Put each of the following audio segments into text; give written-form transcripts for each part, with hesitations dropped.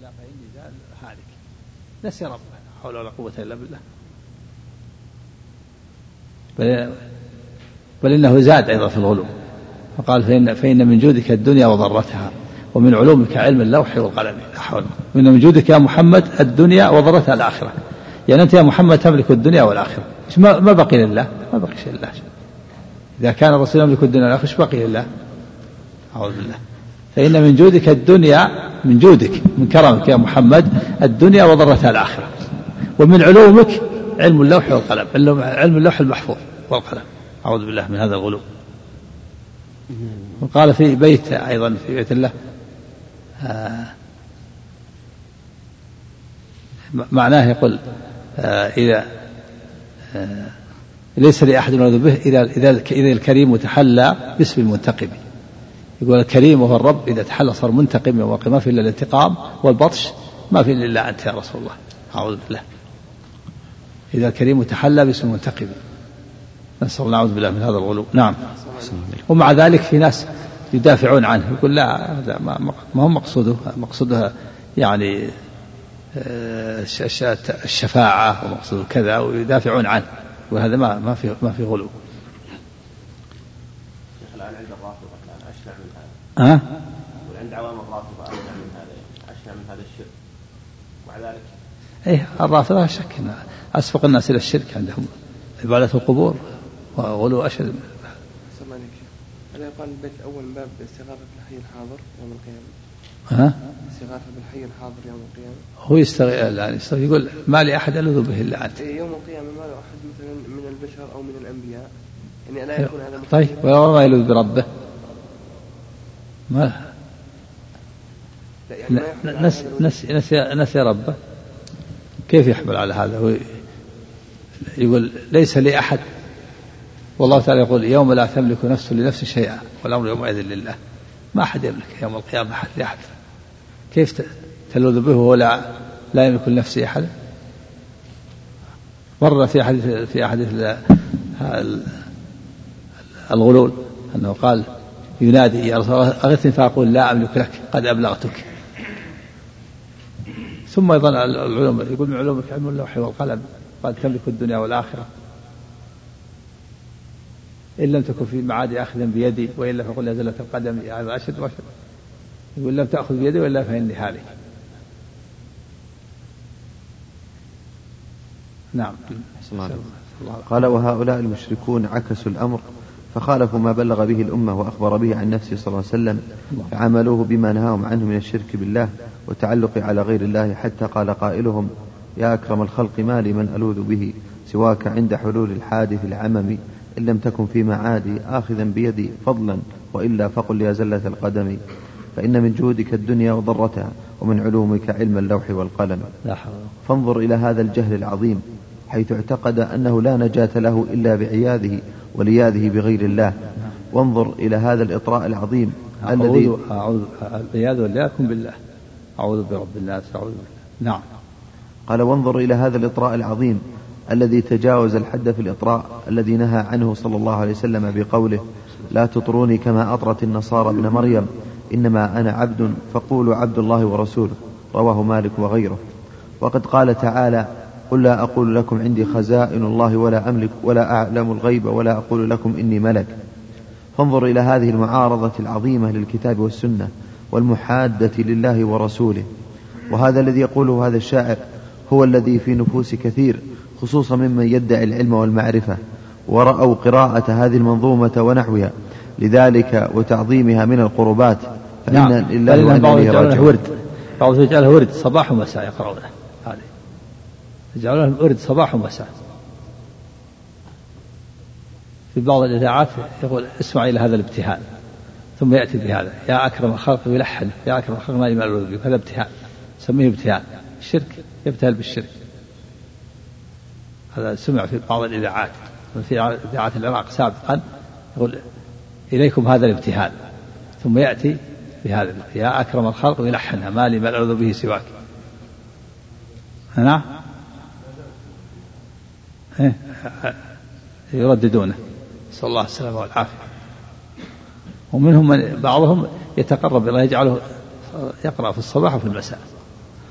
فإني زال هالك. نسي ربه، حول ولا قوة إلا بالله. بل إنه زاد أيضا في الغلو، فقال فإن من جودك الدنيا وضرتها ومن علومك علم اللوح والقلم. لا حول. من جودك يا محمد الدنيا وضرتها الآخرة، يعني أنت يا محمد تملك الدنيا والآخرة، ما بقي لله، ما بقي شيء لله. إذا كان الرسول يملك الدنيا والآخرة إيش بقي لله؟ أعوذ بالله. فإن من جودك الدنيا، من جودك من كرمك يا محمد الدنيا وضرتها الآخرة، ومن علومك علم اللوح والقلم، علم اللوح المحفوظ والقلم. أعوذ بالله من هذا الغلو. وقال في بيت أيضا في بيت الله معناه يقول إذا ليس لأحد يلوذ به إذا الكريم تحلى باسم المنتقم. يقول الكريم وهو الرب إذا تحلى صار منتقم يوم القيامة، ما في إلا الانتقام والبطش، ما في إلا أنت يا رسول الله. أعوذ بالله. إذا الكريم تحلى باسم المنتقم، نسأل الله نعوذ بالله من هذا الغلو. نعم. ومع ذلك في ناس يدافعون عنه، يقول لا هذا ما هو مقصودها يعني الشفاعة ومقصود كذا، ويدافعون عنه، وهذا ما في غلو. الآن عند الرافضة الآن أشنع من هذا. وعند عوام الرافضة أشنع من هذا الشرك. ومع ذلك الرافضة شك إن أسبق الناس إلى الشرك عندهم عبادة القبور وغلو أشد. ألا يقال البيت الأول من باب الاستغاثة بالحي الحاضر يوم القيامة؟ الاستغاثة بالحي الحاضر يوم القيامة. هو يستغيث يقول ما لي أحد ألوذ به إلا أنت. يوم القيامة ما له أحد مثلا من البشر أو من الأنبياء، يعني ألا يكون هذا طيب ولا ما يلوذ بربه؟ ما نسي ربه، كيف يحمل على هذا؟ هو يقول ليس لي أحد، والله تعالى يقول يوم لا تملك نفس لنفس شيئا والأمر يومئذ لله. ما أحد يملك يوم القيامة أحد لأحد، كيف تلوذ به وهو لا يملك لنفسه أحد؟ مر في حديث الغلول أنه قال ينادي يا رسول الله أغثني، فأقول لا أملك لك قد أبلغتك. ثم أيضا العلوم يقول من علومك علم اللوح والقلم، قد تملك الدنيا والآخرة، إن لم تكن في معاد أخذ بيدي وإلا فقل نزلت القدم هذا أشد وأشد. يقول لم تأخذ بيدي وإلا فإني هالك. نعم. قال وهؤلاء المشركون عكسوا الأمر فخالفوا ما بلغ به الأمة وأخبر به عن نفسه صلى الله عليه وسلم، فعملوه بما نهاهم عنه من الشرك بالله والتعلق على غير الله، حتى قال قائلهم يا أكرم الخلق ما لي من ألوذ به سواك عند حلول الحادث العمم، إن لم تكن في معادي آخذا بيدي فضلا وإلا فقل يا زلة القدم، فإن من جودك الدنيا وضرتها ومن علومك علم اللوح والقلم. فانظر إلى هذا الجهل العظيم، حيث اعتقد أنه لا نجاة له إلا بعياذه ولياذه بغير الله. وانظر إلى هذا الإطراء العظيم الذي العياذ والعياذ بالله. أعوذ برب الناس. أعوذ بالله. نعم. قال وانظر إلى هذا الإطراء العظيم الذي تجاوز الحد في الإطراء الذي نهى عنه صلى الله عليه وسلم بقوله لا تطروني كما أطرت النصارى ابن مريم إنما أنا عبد فقولوا عبد الله ورسوله، رواه مالك وغيره. وقد قال تعالى قل لا أقول لكم عندي خزائن الله ولا أملك ولا أعلم الغيب ولا أقول لكم إني ملك. فانظر إلى هذه المعارضة العظيمة للكتاب والسنة والمحادة لله ورسوله. وهذا الذي يقوله هذا الشاعر هو الذي في نفوس كثير خصوصا ممن يدعي العلم والمعرفة ورأوا قراءة هذه المنظومة ونحوها لذلك وتعظيمها من القربات، فإن لله وإنا إليه راجعون. بعضهم يجعله ورد صباح ومساء يقرؤونه، هذه يجعلونه ورد صباح ومساء. في بعض الإذاعات يقول اسمع إلى هذا الابتهال ثم يأتي بهذا يا أكرم الخلق ويلحن يا أكرم الخلق ما لي، هذا ابتهال، سميه ابتهال الشرك، يبتهل بالشرك. هذا سمع في بعض الإذاعات، في إذاعات العراق سابقا يقول إليكم هذا الابتهال ثم يأتي بهذا يا أكرم الخلق ويلحنها ما لي ألوذ به سواك. نعم يرددونه، صلى الله عليه وسلم والعافية. ومنهم من بعضهم يتقرب إلى يجعله يقرأ في الصباح وفي المساء،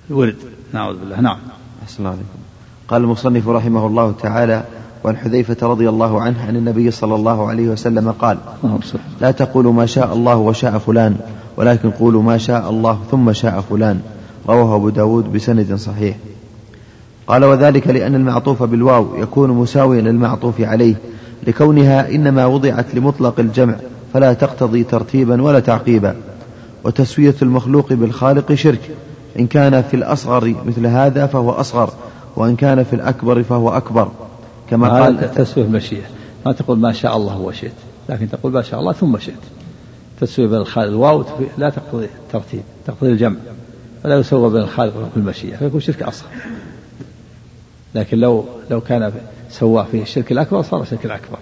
الورد. نعوذ بالله. نعم. أحسن عليكم. قال المصنف رحمه الله تعالى: وعن حذيفة رضي الله عنه عن النبي صلى الله عليه وسلم قال: لا تقولوا ما شاء الله وشاء فلان، ولكن قولوا ما شاء الله ثم شاء فلان. رواه أبو داود بسند صحيح. قال: وذلك لأن المعطوف بالواو يكون مساويا للمعطوف عليه، لكونها إنما وضعت لمطلق الجمع فلا تقتضي ترتيبا ولا تعقيبا. وتسوية المخلوق بالخالق شرك، إن كان في الأصغر مثل هذا فهو أصغر، وإن كان في الأكبر فهو أكبر، كما قال تسوية المشيئة. ما تقول ما شاء الله وشئت، لكن تقول ما شاء الله ثم شئت. تسوية بين الخالق، الواو لا تقتضي الترتيب، تقتضي الجمع، ولا يسوى بين الخالق والمشيئة فيكون شرك أصغر. لكن لو كان سواه في الشرك الأكبر صار شرك الأكبر.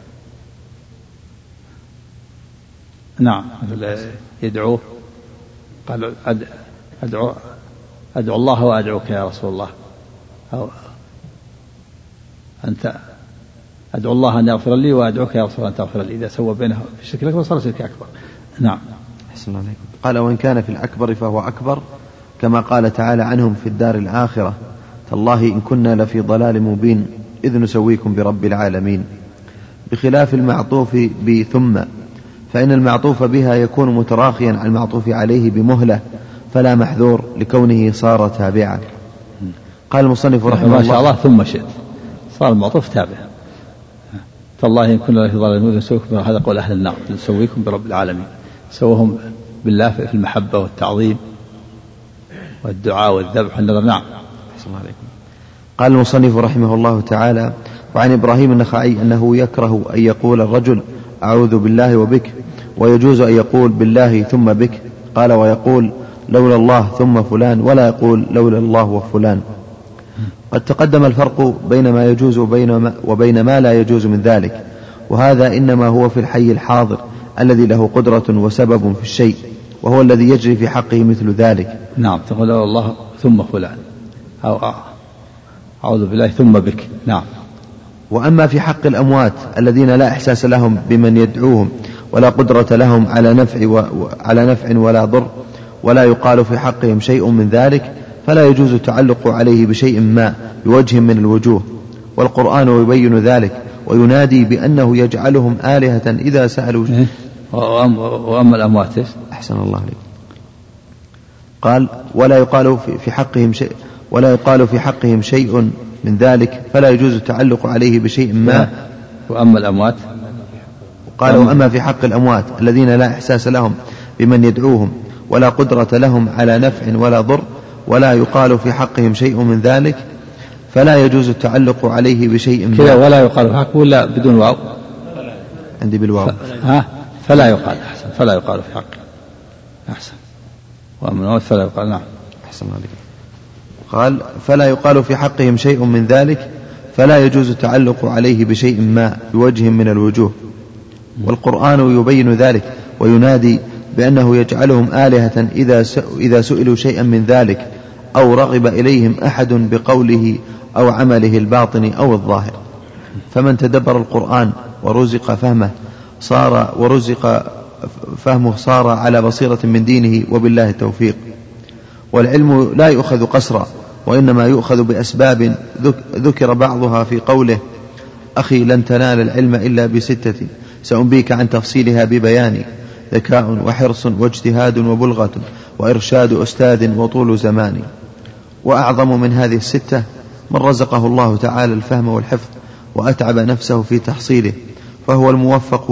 نعم. يدعوه قال: أدعو الله وأدعوك يا رسول الله، أو أنت أدعو الله أن يغفر لي وأدعوك يا رسول الله أن تغفر لي. إذا سوى بينه في الشرك الأكبر صار شرك أكبر. نعم. أحسن عليكم. قال: وإن كان في الأكبر فهو أكبر، كما قال تعالى عنهم في الدار الآخرة: تالله إن كنا لفي ضلال مبين إذ نسويكم برب العالمين. بخلاف المعطوف بثم، فإن المعطوف بها يكون متراخيا على المعطوف عليه بمهلة، فلا محذور لكونه صار تابعا. قال المصنف رحمه الله: ما شاء الله ثم شئت، صار المعطوف تابع. تالله إن كنا لفي ضلال مبين نسويكم، هذا قول أهل النار، نسويكم برب العالمين. سوهم بالله في المحبة والتعظيم والدعاء والذبح والنذر. نعم. قال المصنف رحمه الله تعالى: وعن إبراهيم النخعي أنه يكره أن يقول الرجل أعوذ بالله وبك، ويجوز أن يقول بالله ثم بك. قال: ويقول لولا الله ثم فلان، ولا يقول لولا الله وفلان. قد تقدم الفرق بين ما يجوز وبين ما لا يجوز من ذلك، وهذا إنما هو في الحي الحاضر الذي له قدرة وسبب في الشيء، وهو الذي يجري في حقه مثل ذلك. نعم. تقول لولا الله ثم فلان، أو أعوذ بالله ثم بك. نعم. وأما في حق الأموات الذين لا إحساس لهم بمن يدعوهم، ولا قدرة لهم على نفع ولا ضر، ولا يقال في حقهم شيء من ذلك، فلا يجوز التعلق عليه بشيء ما بوجه من الوجوه. والقرآن يبين ذلك وينادي بأنه يجعلهم آلهة إذا سألوا. وأما الأموات أحسن الله عليك. قال: ولا يقال في حقهم شيء من ذلك، فلا يجوز التعلق عليه بشيء ما. وأما الأموات، قال: وأما في حق الأموات الذين لا إحساس لهم بمن يدعوهم، ولا قدرة لهم على نفع ولا ضر، ولا يقال في حقهم شيء من ذلك، فلا يجوز التعلق عليه بشيء ما. كذا ولا يقال في حقه ولا بدون واو؟ عندي بالواو. فلا يقال. أحسن. فلا يقال في حقه. أحسن. وأما الأموات فلا يقال. نعم. أحسن عليك. قال: فلا يقال في حقهم شيء من ذلك، فلا يجوز التعلق عليه بشيء ما بوجه من الوجوه. والقرآن يبين ذلك وينادي بأنه يجعلهم آلهة إذا سئلوا شيئا من ذلك، أو رغب إليهم أحد بقوله أو عمله الباطن أو الظاهر. فمن تدبر القرآن ورزق فهمه صار على بصيرة من دينه، وبالله التوفيق. والعلم لا يؤخذ قسرا، وإنما يؤخذ بأسباب ذكر بعضها في قوله: أخي لن تنال العلم إلا ب6 سأنبيك عن تفصيلها ببيان: ذكاء وحرص واجتهاد وبلغة وإرشاد أستاذ وطول زمان. وأعظم من هذه 6 من رزقه الله تعالى الفهم والحفظ وأتعب نفسه في تحصيله، فهو الموفق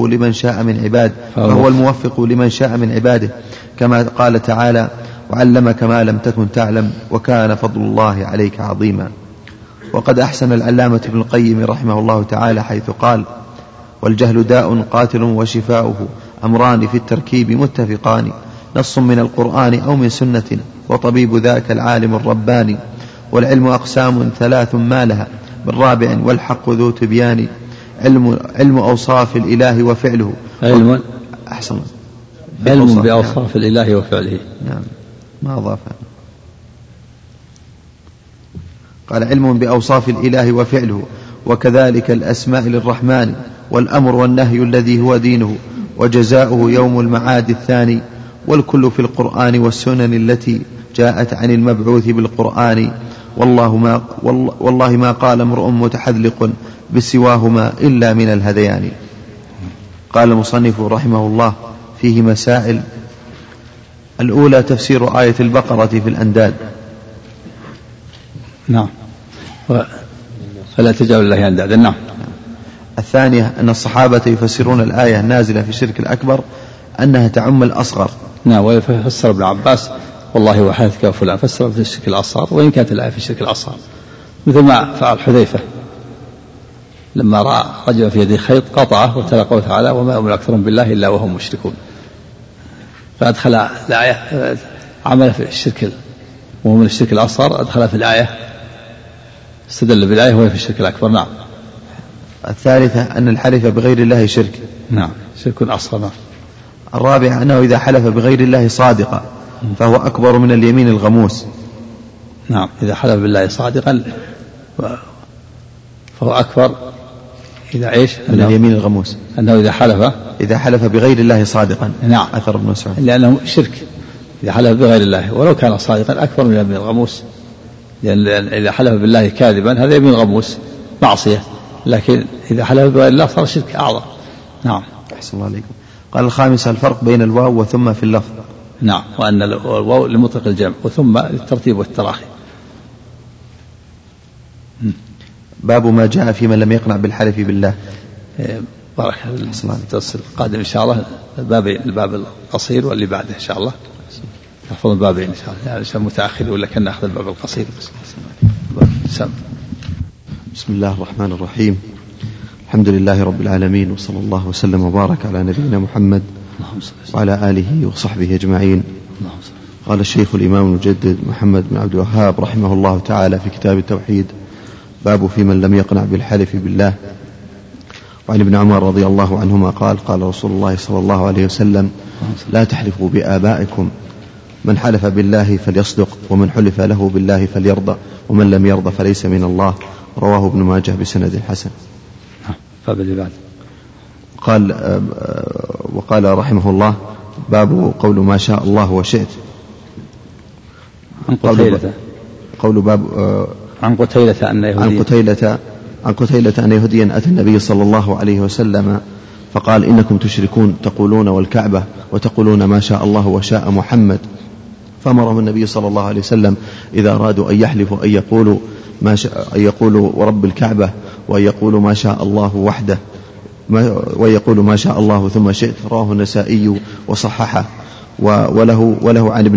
لمن شاء من عباده، كما قال تعالى: وعلمك ما لم تكن تعلم وكان فضل الله عليك عظيما. وقد أحسن العلامة ابن القيم رحمه الله تعالى حيث قال: والجهل داء قاتل وشفاؤه أمران في التركيب متفقان، نص من القرآن أو من سنة، وطبيب ذاك العالم الرباني. والعلم أقسام 3 ما لها بالرابع والحق ذو تبيان: علم أوصاف الإله وفعله. علم بأوصاف الإله وفعله. نعم. ما أضاف. قال: علم بأوصاف الإله وفعله، وكذلك الأسماء للرحمن، والأمر والنهي الذي هو دينه، وجزاؤه يوم المعاد الثاني. والكل في القرآن والسنن التي جاءت عن المبعوث بالقرآن والله ما قال امرؤ متحذلق بسواهما إلا من الهذيان. قال المصنف رحمه الله فيه مسائل. الأولى تفسير آية البقرة في الأنداد. نعم. فلا تجعلوا لله أندادا. نعم. الثانية أن الصحابة يفسرون الآية النازلة في الشرك الأكبر أنها تعم الأصغر. نعم. ويفسر ابن عباس والله وحدثك وفلان، فسر في الشرك الأصغر وإن كانت الآية في الشرك الأصغر، مثل ما فعل حذيفة لما رأى رجل في يده خيط قطعه وتلا قوله تعالى وما يؤمن أكثرهم بالله إلا وهم مشركون، فأدخل الآية عمل في الشرك وهو من الشرك الأصغر، أدخل في الآية استدل بالآية وهي في الشرك الأكبر. نعم. الثالثة أن الحلف بغير الله شرك. نعم. شرك أصغر. نعم. الرابعة أنه إذا حلف بغير الله صادقا فهو أكبر من اليمين الغموس. نعم. إذا حلف بالله صادقا فهو أكبر إذا إيش من اليمين الغموس، أنه إذا حلف بغير الله صادقا. نعم. أثر ابن مسعود لأنه شرك إذا حلف بغير الله ولو كان صادقا أكبر من اليمين الغموس، لأن إذا حلف بالله كاذبا هذا يمين غموس معصية، لكن إذا حلف بغير الله صار شرك أعظم. نعم. أحسن الله عليكم. قال الخامسة الفرق بين الواو وثم في اللفظ. نعم. وأن الواو لمطلق الجمع وثم للترتيب والتراخي. باب ما جاء في من لم يقنع بالحلف بالله. بارك الله تصل القادم إن شاء الله الباب القصير واللي بعده إن شاء الله نحفظ البابين إن شاء الله، يعني عشان متأخر ولا كنا نأخذ الباب القصير. بسم الله الرحمن الرحيم. الحمد لله رب العالمين، وصلى الله وسلم وبارك على نبينا محمد وعلى آله وصحبه أجمعين. قال الشيخ الإمام المجدد محمد بن عبد الوهاب رحمه الله تعالى في كتاب التوحيد: باب في من لم يقنع بالحلف بالله. وعن ابن عمر رضي الله عنهما قال: قال رسول الله صلى الله عليه وسلم: لا تحلفوا بآبائكم، من حلف بالله فليصدق، ومن حلف له بالله فليرضى، ومن لم يرضى فليس من الله. رواه ابن ماجه بسند حسن. وقال رحمه الله: باب قول ما شاء الله وشئت. عن قتيلة أن يهوديا أتى النبي صلى الله عليه وسلم فقال: إنكم تشركون تقولون والكعبة وتقولون ما شاء الله وشاء محمد. فأمرهم النبي صلى الله عليه وسلم إذا أرادوا أن يحلفوا أن يقولوا ورب الكعبة، وأن يقولوا ما شاء الله وحده، ويقول ما شاء الله ثم شئت. رواه النسائي وصححه. وله عن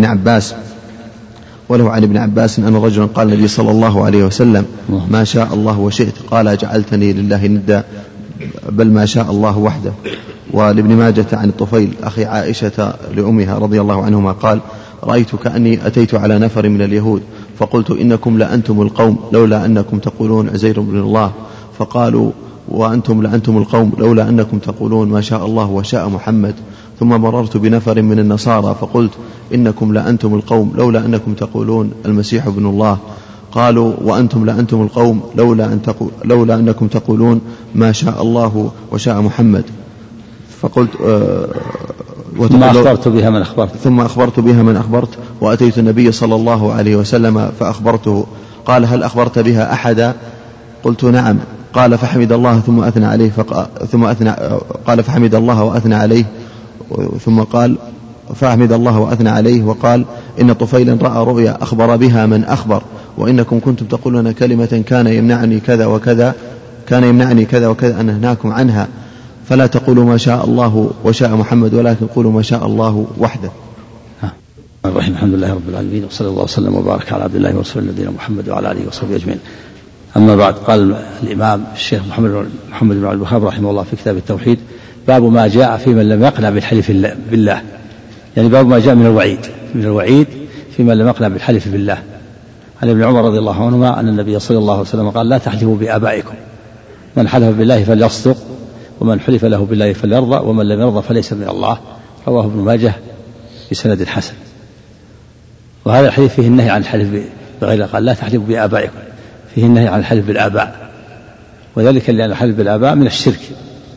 ابن عباس أن رجلا قال النبي صلى الله عليه وسلم: ما شاء الله وشئت. قال: جعلتني لله ندا، بل ما شاء الله وحده. ولابن ماجة عن الطفيل أخي عائشة لأمها رضي الله عنهما قال: رأيت كأني أتيت على نفر من اليهود فقلت: إنكم لأنتم القوم لولا أنكم تقولون عزير بن الله. فقالوا: وأنتم لأنتم القوم لولا أنكم تقولون ما شاء الله وشاء محمد. ثم مررت بنفر من النصارى فقلت: إنكم لأنتم القوم لولا أنكم تقولون المسيح ابن الله. قالوا: وأنتم لأنتم القوم لولا أنكم تقولون ما شاء الله وشاء محمد. فقلت ثم أخبرت بها من أخبرت وأتيت النبي صلى الله عليه وسلم فأخبرته. قال: هل أخبرت بها أحدا؟ قلت: نعم. قال: فحمد الله ثم أثنى عليه قال: فحمد الله وأثنى عليه ثم قال: فأحمد الله وأثنى عليه وقال: إن طفيلا رأى رؤيا أخبر بها من أخبر، وإنكم كنتم تقولون كلمة كان يمنعني كذا وكذا أن أنهاكم عنها، فلا تقولوا ما شاء الله وشاء محمد، ولكن قولوا ما شاء الله وحده. الرحيم. الحمد لله رب العالمين، وصلى الله وسلم وبارك على عبد الله ورسوله نبينا محمد وعلى آله وصحبه أجمعين. أما بعد، قال الإمام الشيخ محمد بن عبد الوهاب رحمه الله في كتاب التوحيد: باب ما جاء في من لم يقنع بالحلف بالله، يعني باب ما جاء من الوعيد في من لم يقنع بالحلف بالله. عن ابن عمر رضي الله عنهما أن النبي صلى الله عليه وسلم قال: لا تحلفوا بآبائكم، من حلف بالله فليصدق، ومن حلف له بالله فليرضى، ومن لم يرضى فليس من الله. رواه ابن ماجه بسند حسن. وهذا الحديث فيه النهي عن الحلف بغير الله، قال: لا تحلفوا بآبائكم، فيه النهي عن الحلف بالآباء، وذلك لأن الحلف بالآباء من الشرك،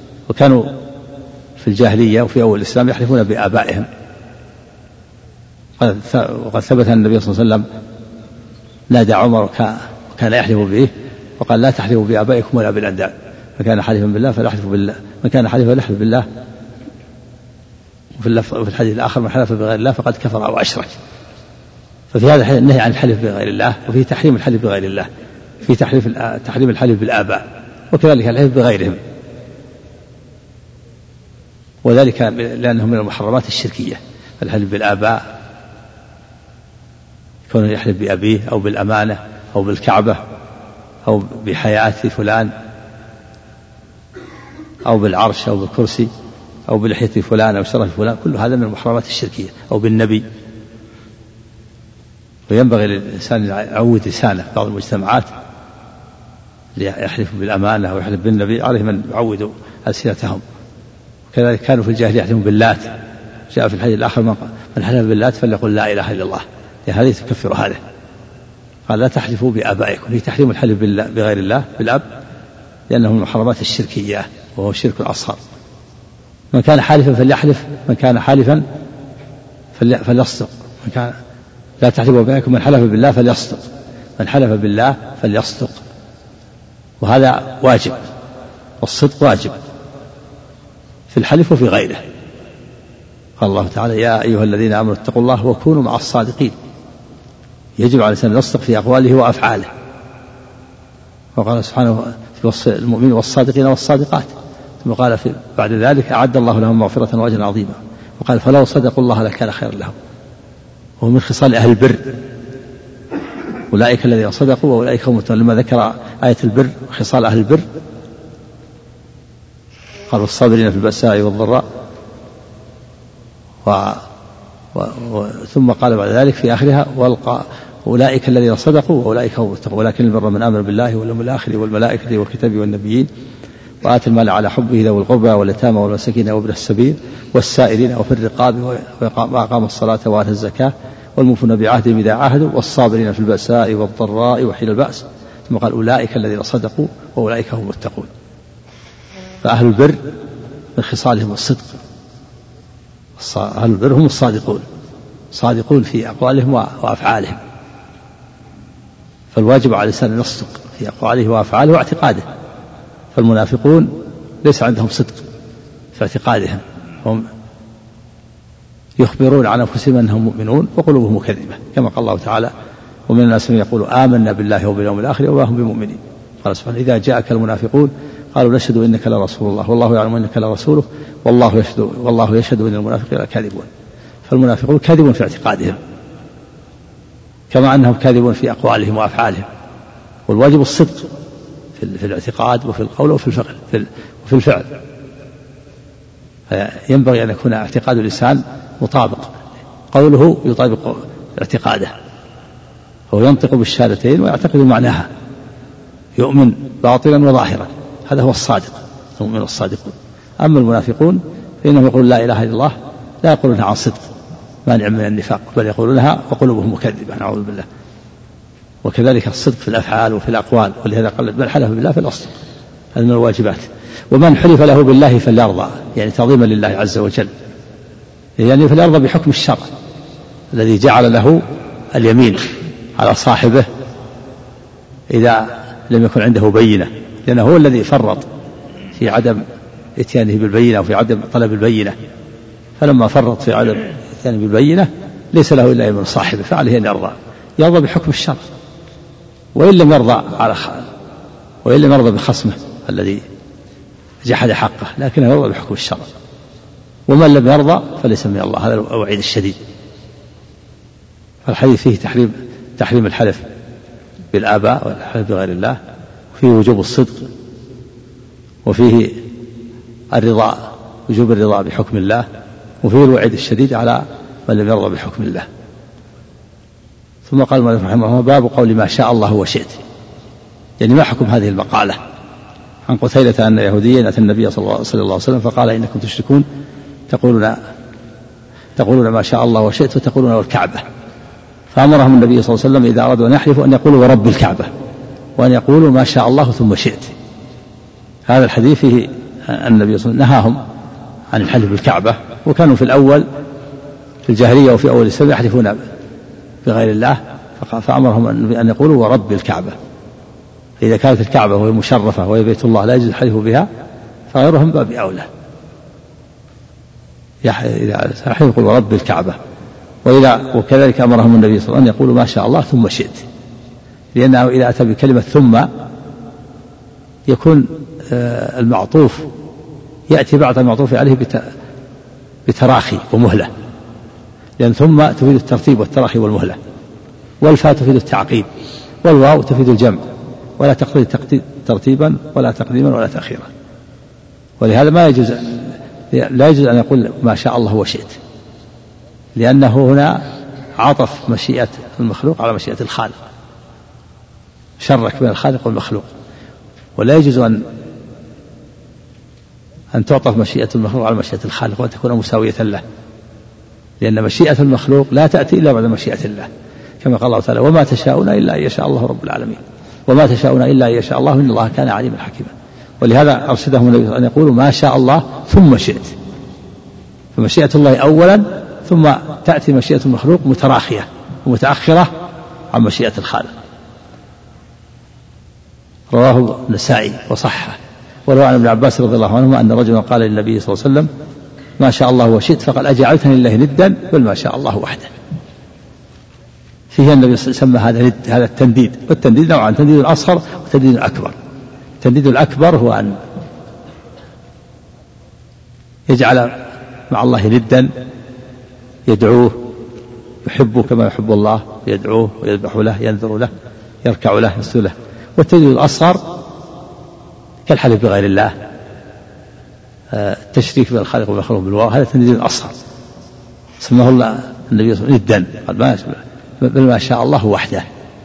وكانوا في الجاهلية وفي أول الإسلام يحلفون بآبائهم، وقد ثبت أن النبي صلى الله عليه وسلم نادى عمر وكان يحلف به وقال لا تحلفوا بآبائكم ولا بالأنداد، من كان حالفا بالله فليحلف بالله، من كان حالفا فليحلف بالله. وفي الحديث الآخر من حلف بغير الله فقد كفر أو أشرك. ففي هذا الحديث النهي عن الحلف بغير الله، وفي تحريم الحلف بغير الله، في تحريم الحلف بالآباء، وكذلك الحلف بغيرهم، وذلك لأنه من المحرمات الشركية. الحلف بالآباء كونه يحلف بأبيه أو بالأمانة أو بالكعبة أو بحياة فلان أو بالعرش أو بالكرسي أو بلحية فلان أو شرف فلان، كل هذا من المحرمات الشركية، أو بالنبي. وينبغي للإنسان أن يعود لسانه. بعض المجتمعات يحلف بالأمانة أو يحلف بالنبي، عليهم أن يعودوا ألسنتهم. كذلك كانوا في الجاهلية يحلفون باللات، جاء في الحديث الآخر من حلف باللات فليقل لا إله إلا الله، هذه تكفر هذا. قال لا تحلفوا بآبائكم، في تحريم الحلف بغير الله بالأب، لأنه من المحرمات الشركية وهو شرك الأصغر. من كان حالفا فليحلف، من كان حالفا فليصدق، من كان لا تحلفوا بآبائكم، من حلف بالله فليصدق، من حلف بالله فليصدق. وهذا واجب، والصدق واجب في الحلف وفي غيره. قال الله تعالى يا أيها الذين آمنوا اتقوا الله وكونوا مع الصادقين. يجب على الإنسان أن يصدق في أقواله وأفعاله. وقال سبحانه في وصف المؤمنين والصادقين والصادقات، ثم قال بعد ذلك أعد الله لهم مغفرة وأجرا عظيما، وقال فلو صدقوا الله لكان خيرا لهم. وهو من خصال أهل البر، أولئك الذين صدقوا وأولئك هم المتقون. لما ذكر آية البر خصال أهل البر قال والصابرين في البأساء والضراء، ثم قال بعد ذلك في آخرها أولئك الذين صدقوا وأولئك هم المتقون، ولكن البر من آمن بالله واليوم الآخر والملائكة والكتاب والنبيين وآتى المال على حبه ذوي القربى واليتامى والمساكين وابن السبيل والسائلين وفي الرقاب وأقام الصلاة وآتى الزكاة والموفون بعهدهم إذا عاهدوا والصابرين في البأساء والضراء وحين البأس. ثم قال أولئك الذين صدقوا وأولئك هم المتقون. فأهل البر من خصالهم الصدق. أهل البر هم الصادقون، صادقون في أقوالهم وأفعالهم. فالواجب على الإنسان أن يصدق في أقواله وأفعاله واعتقاده. فالمنافقون ليس عندهم صدق في اعتقادهم، هم يخبرون عن أنفسهم أنهم مؤمنون وقلوبهم مكذبة، كما قال الله تعالى ومن الناس من يقول آمنا بالله وباليوم الآخر وما هم بمؤمنين. قال سبحانه إذا جاءك المنافقون قالوا نشهد إنك لرسول الله والله يعلم إنك لرسوله والله يشهد إن المنافقين لكاذبون. فالمنافقون كاذبون في اعتقادهم كما أنهم كاذبون في أقوالهم وأفعالهم. والواجب الصدق في الاعتقاد وفي القول وفي الفعل. ينبغي أن يكون اعتقاد الإنسان مطابق، قوله يطابق اعتقاده، هو ينطق بالشهادتين ويعتقد معناها، يؤمن باطلا وظاهرا، هذا هو الصادق، هم الصادقون. أما المنافقون فإنهم يقولون لا إله إلا الله، لا يقولونها عن صدق مانع من النفاق، بل يقولونها وقلوبهم مكذبة، نعوذ بالله. وكذلك الصدق في الأفعال وفي الأقوال، ولهذا قال من حلف بالله فليصدق، هذا من الواجبات. ومن حلف له بالله فليرضى، يعني تعظيما لله عز وجل، يعني فليرضى بحكم الشرع الذي جعل له اليمين على صاحبه إذا لم يكن عنده بينة، لأنه هو الذي فرط في عدم اتيانه بالبينة وفي عدم طلب البينة. فلما فرط في عدم اتيانه بالبينة ليس له إلا يمين صاحبه، فعليه أن يرضى بحكم الشرع. وإن لم يرضى بخصمه الذي جحد حقه، لكنه يرضى بحكم الشرع. ومن لم يرضى فليس من الله، هذا الوعيد الشديد. فالحديث فيه تحريم الحلف بالآباء والحلف بغير الله، وفيه وجوب الصدق، وفيه وجوب الرضا بحكم الله، وفيه الوعيد الشديد على من لم يرضى بحكم الله. ثم قال المؤلف رحمه الله باب قول ما شاء الله وشئت، يعني ما حكم هذه المقالة؟ عن قتيلة أن يهوديا أتى النبي صلى الله عليه وسلم فقال إنكم تشركون تقولون ما شاء الله وشئت وتقولون والكعبة، فأمرهم النبي صلى الله عليه وسلم إذا أرادوا أن يحلفوا أن يقولوا ورب الكعبة، وأن يقولوا ما شاء الله ثم شئت. هذا الحديث فيه النبي صلى الله عليه وسلم نهاهم عن الحلف بالكعبة، وكانوا في الأول في الجاهلية وفي أول الإسلام يحلفون بغير الله، فأمرهم أن يقولوا ورب الكعبة. فإذا كانت الكعبة وهي مشرفة وهي بيت الله لا يجوز الحلف بها، فغيرهم باب أولى. إذا يقول ورب الكعبة. وكذلك أمرهم النبي صلى الله عليه وسلم أن يقولوا ما شاء الله ثم شئت، لأنه إذا أتى بكلمة ثم يكون المعطوف يأتي بعد المعطوف عليه بتراخي ومهلة، لأن ثم تفيد الترتيب والتراخي والمهلة، والفاء تفيد التعقيب، والواو تفيد الجمع، ولا تقتضي ترتيبا ولا تقديما ولا تأخيرا. ولهذا لا يجوز أن يقول ما شاء الله وشئت، لأنه هنا عطف مشيئة المخلوق على مشيئة الخالق، شرك بين الخالق والمخلوق. ولا يجوز أن تعطف مشيئة المخلوق على مشيئة الخالق وأن تكون مساوية له، لأن مشيئة المخلوق لا تأتي إلا بعد مشيئة الله، كما قال الله تعالى وما تشاءون إلا أن يشاء الله رب العالمين، وما تشاءون إلا أن يشاء الله إن الله كان عليما حكيما. ولهذا أرشدهم النبي أن يقولوا ما شاء الله ثم شئت، فمشيئة الله أولا ثم تأتي مشيئة المخلوق متراخية ومتأخرة عن مشيئة الخالق. رواه النسائي وصححه. وروى عن ابن عباس رضي الله عنهما أن رجلا قال للنبي صلى الله عليه وسلم ما شاء الله وشئت، فقال أجعلتني لله ندا بل ما شاء الله وحده. فيه النبي سمى هذا التنديد، والتنديد نوعان: تنديد الأصغر وتنديد الأكبر. التنديد الأكبر هو أن يجعل مع الله ندا، يدعوه، يحبه كما يحب الله، يدعوه ويذبح له، ينذر له، يركع له، يسجد له. والتنديد الأصغر كالحلف بغير الله، التشريك بين الخالق والمخلوق بالواو، هذا التنديد الأصغر سماه الله النبي صلى الله عليه وسلم ندا، قال بل ما شاء الله وحده.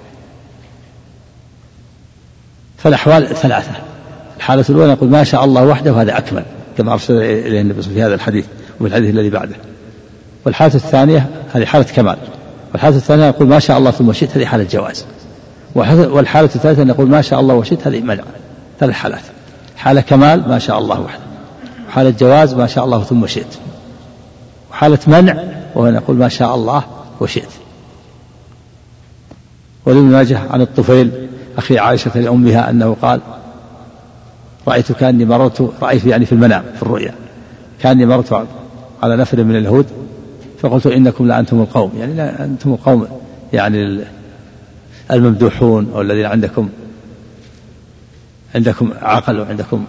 فالأحوال ثلاثة: الحالة الأولى يقول ما شاء الله وحده وهذا أكمل كما أرشد إليه النبي في هذا الحديث وفي الحديث الذي بعده. والحالة الثانية هذه حالة كمال. والحالة الثانية يقول ما شاء الله ثم شئت، هذه حالة جواز. والحالة الثالثة أن يقول ما شاء الله وشئت، هذه منع. ثلاث حالات: حالة كمال ما شاء الله وحده، وحالة جواز ما شاء الله ثم شئت، وحالة منع وهو أن يقول ما شاء الله وشئت. ولابن ماجه عن الطفيل أخي عائشة لأمها أنه قال رأيت يعني في المنام في الرؤيا كأني مررت على نفر من اليهود فقلت إنكم لأنتم القوم، يعني لا أنتم القوم يعني الممدوحون، أو الذين عندكم عقل وعندكم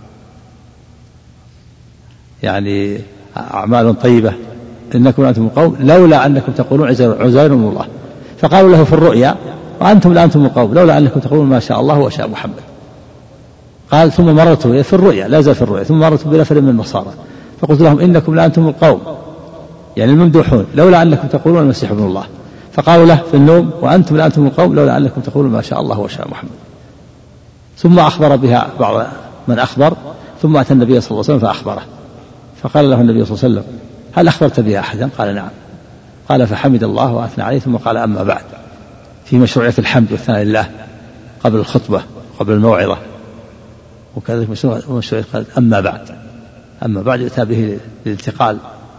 يعني أعمال طيبة، إنكم لأنتم القوم لولا أنكم تقولون عزير من الله. فقالوا له في الرؤيا وأنتم لأنتم القوم لولا أنكم تقولون ما شاء الله وشاء محمد. قال ثم مررت في الرؤيا، لا زال في الرؤيا، ثم مررت بنفر من النصارى فقلت لهم إنكم لأنتم القوم يعني الممدوحون لولا أنكم تقولون المسيح ابن الله. فقالوا له في النوم وأنتم لأنتم القوم لولا أنكم تقولون ما شاء الله وشاء محمد. ثم أخبر بها بعض من أخبر، ثم أتى النبي صلى الله عليه وسلم فأخبره، فقال له النبي صلى الله عليه وسلم هل أخبرت بها أحدا؟ قال نعم. قال فحمد الله وأثنى عليه، ثم قال أما بعد، في مشروعية الحمد والثناء لله قبل الخطبة قبل الموعظة، وكذلك مشروعية قال أما بعد يؤتى به للانتقال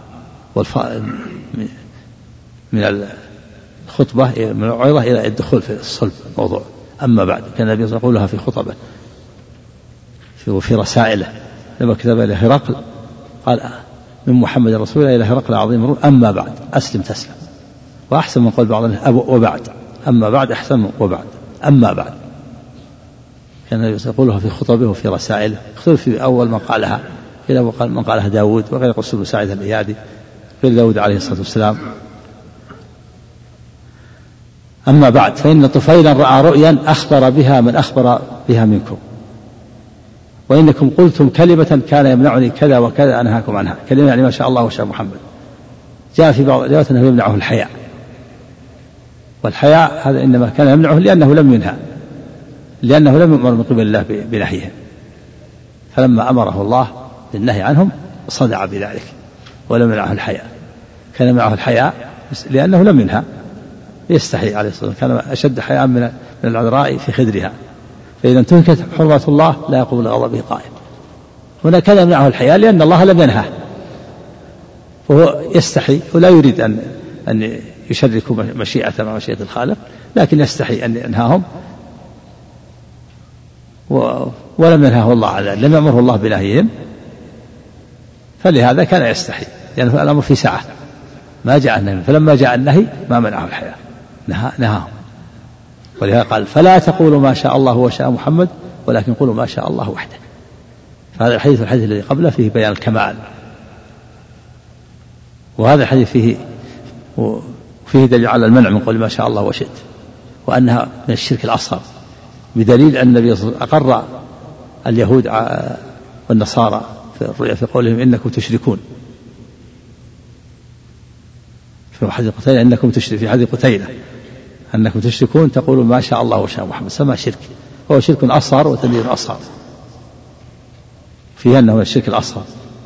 من الخطبة من الموعظة إلى الدخول في الصلب موضوع أما بعد. كان النبي يقولها في خطبه وفي رسائله لما كتب إلى هرقل قال من محمد رسول الله إلى هرقل عظيم الروم أما بعد أسلم تسلم. وأحسن من قول بعض وبعد، أما بعد أحسن من وبعد، أما بعد. كان النبي يقولها في خطبه وفي رسائله، اختلف في أول من قالها، إلى من قالها داود وغير قصة بن سعيد الإيادي غير داود عليه الصلاة والسلام. أما بعد فإن طفيلا رأى رؤيا أخبر بها من أخبر بها منكم، وإنكم قلتم كلمة كان يمنعني كذا وكذا أنهاكم عنها. كلمة يعني ما شاء الله وشاء محمد. جاء في بعض الروايات أنه يمنعه الحياء، والحياء هذا إنما كان يمنعه لأنه لم ينهى، لأنه لم يؤمر من قبل الله بنهيه، فلما أمره الله بالنهي عنهم صدع بذلك ولم يمنعه الحياء. كان يمنعه الحياء لأنه لم ينهى، يستحي عليه الصلاة والسلام، كان أشد حياء من العذراء في خدرها، فإذا انتهكت حرمة الله لا يقوم لغضبه قائم. هنا كان يمنعه الحياء لأن الله لم ينهى، وهو يستحي ولا يريد أن يشركوا مشيئة مع مشيئة الخالق، لكن يستحي أن ينهاهم، ولم ينهاه الله على ذلك، لم يأمره الله بنهيهم، فلهذا كان يستحي، لأن يعني الأمر في سعة ما جاء النهي، فلما جاء النهي ما منعه الحياة، نهاهم. ولهذا قال فلا تقولوا ما شاء الله وشاء محمد ولكن قولوا ما شاء الله وحده. فهذا الحديث الذي قبله فيه بيان الكمال، وهذا الحديث فيه دليل على المنع من قول ما شاء الله وشئت، وأنها من الشرك الأصغر، بدليل أن النبي صلى الله عليه وسلم أقر اليهود والنصارى في الرؤيا في قولهم إنكم تشركون، في حديث قتيلة إنكم تشركون، في حديث قتيلة أنكم تشركون تقولون ما شاء الله وشاء محمد، سمى شرك، هو شرك أصغر وتدليل أصغر، فيه أنه الشرك الأصغر،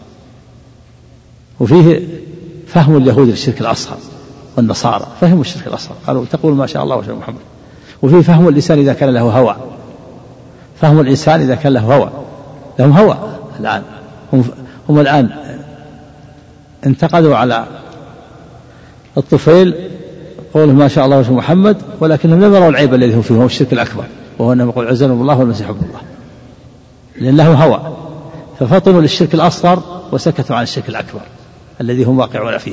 وفيه فهم اليهود للشرك الأصغر والنصارى فهموا الشرك الأصغر، قالوا تقول ما شاء الله وشاء محمد. وفيه فهم الإنسان إذا كان له هوى، فهم الإنسان إذا كان له هوى، لهم هوى الآن، هم الآن انتقدوا على الطفيل قوله ما شاء الله وشاء محمد، ولكنهم لم يروا العيب الذي هو فيه، هو الشرك الأكبر، وهو أنه يقول عزنا الله والمسيح ابن الله، لأن له هوى، ففطنوا للشرك الأصغر وسكتوا عن الشرك الأكبر الذي هم واقعون فيه،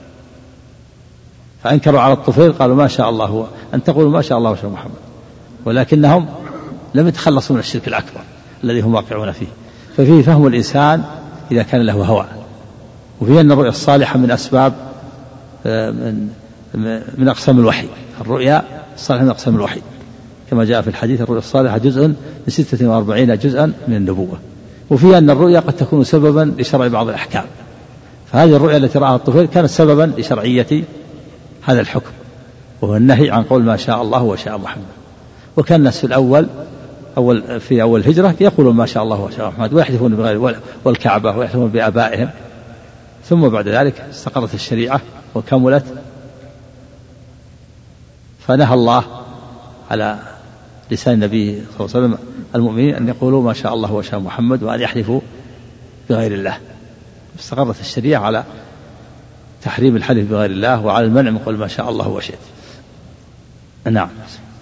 فأنكروا على الطفيل قالوا ما شاء الله هو أن تقولوا ما شاء الله وشاء محمد، ولكنهم لم يتخلصوا من الشرك الأكبر الذي هم واقعون فيه. ففيه فهم الإنسان إذا كان له هوى، وفيه أن الرؤيا الصالحة من أسباب من أقسام الوحي، الرؤيا الصالحة من أقسام الوحي كما جاء في الحديث الرؤيا الصالحة جزء من 46 جزءا من النبوة. وفيه أن الرؤيا قد تكون سببا لشرع بعض الأحكام، فهذه الرؤيا التي رآها الطفيل كانت سببا لشرعية هذا الحكم، وهو النهي عن قول ما شاء الله وشاء محمد. وكان الناس في أول الهجرة يقولون ما شاء الله وشاء محمد ويحلفون بغير والكعبة ويحلفون بآبائهم، ثم بعد ذلك استقرت الشريعة وكملت، فنهى الله على لسان النبي صلى الله عليه وسلم المؤمنين أن يقولوا ما شاء الله وشاء محمد وأن يحلفوا بغير الله. استقرت الشريعة على تحريم الحلف بغير الله وعلى المنع من قول ما شاء الله وشئت. نعم.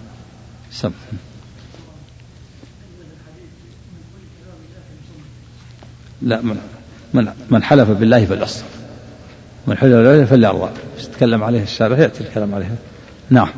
لا، من حلف بالله فليصدق، من حلف بالله فليرضى، تتكلم عليه الشارع يأتي الكلام عليها. نعم.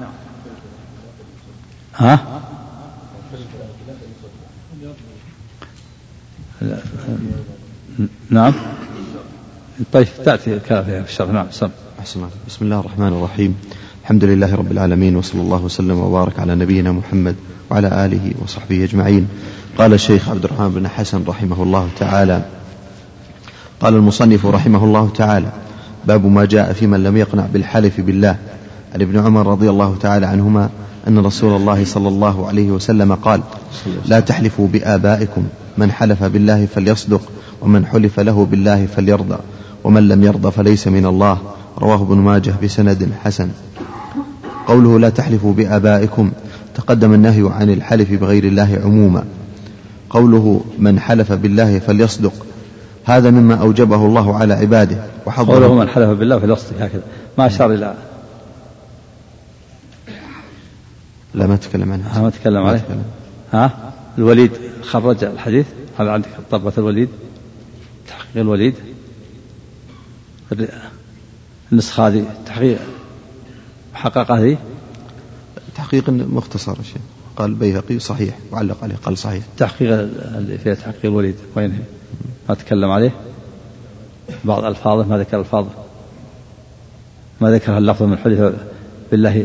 نعم. طيب تأتي الكلام فيها في الشرع. نعم. بسم الله الرحمن الرحيم، الحمد لله رب العالمين، وصلى الله وسلم وبارك على نبينا محمد وعلى آله وصحبه أجمعين. قال الشيخ عبد الرحمن بن حسن رحمه الله تعالى: قال المصنف رحمه الله تعالى: باب ما جاء في من لم يقنع بالحلف بالله. عن ابن عمر رضي الله تعالى عنهما أن رسول الله صلى الله عليه وسلم قال: لا تحلفوا بآبائكم، من حلف بالله فليصدق، ومن حلف له بالله فليرضى، ومن لم يرضى فليس من الله. رواه ابن ماجه بسند حسن. قوله لا تحلفوا بآبائكم تقدم النهي عن الحلف بغير الله عموما. قوله من حلف بالله فليصدق هذا مما أوجبه الله على عباده وحضره. قوله من حلف بالله فليصدق هكذا ما أشار إلى لا ما تكلم عنها، ما تكلم عليه. الوليد خرج الحديث هذا عندك طبة الوليد تحقيق الوليد النسخة هذه تحقيق محقق هذه تحقيق مختصر شيء. قال البيهقي صحيح وعلق عليه قال صحيح. تحقيق اللي فيها تحقيق الوليد وين ما تكلم عليه بعض ألفاظه ما ذكر ألفاظه ما ذكر اللفظ من حلف بالله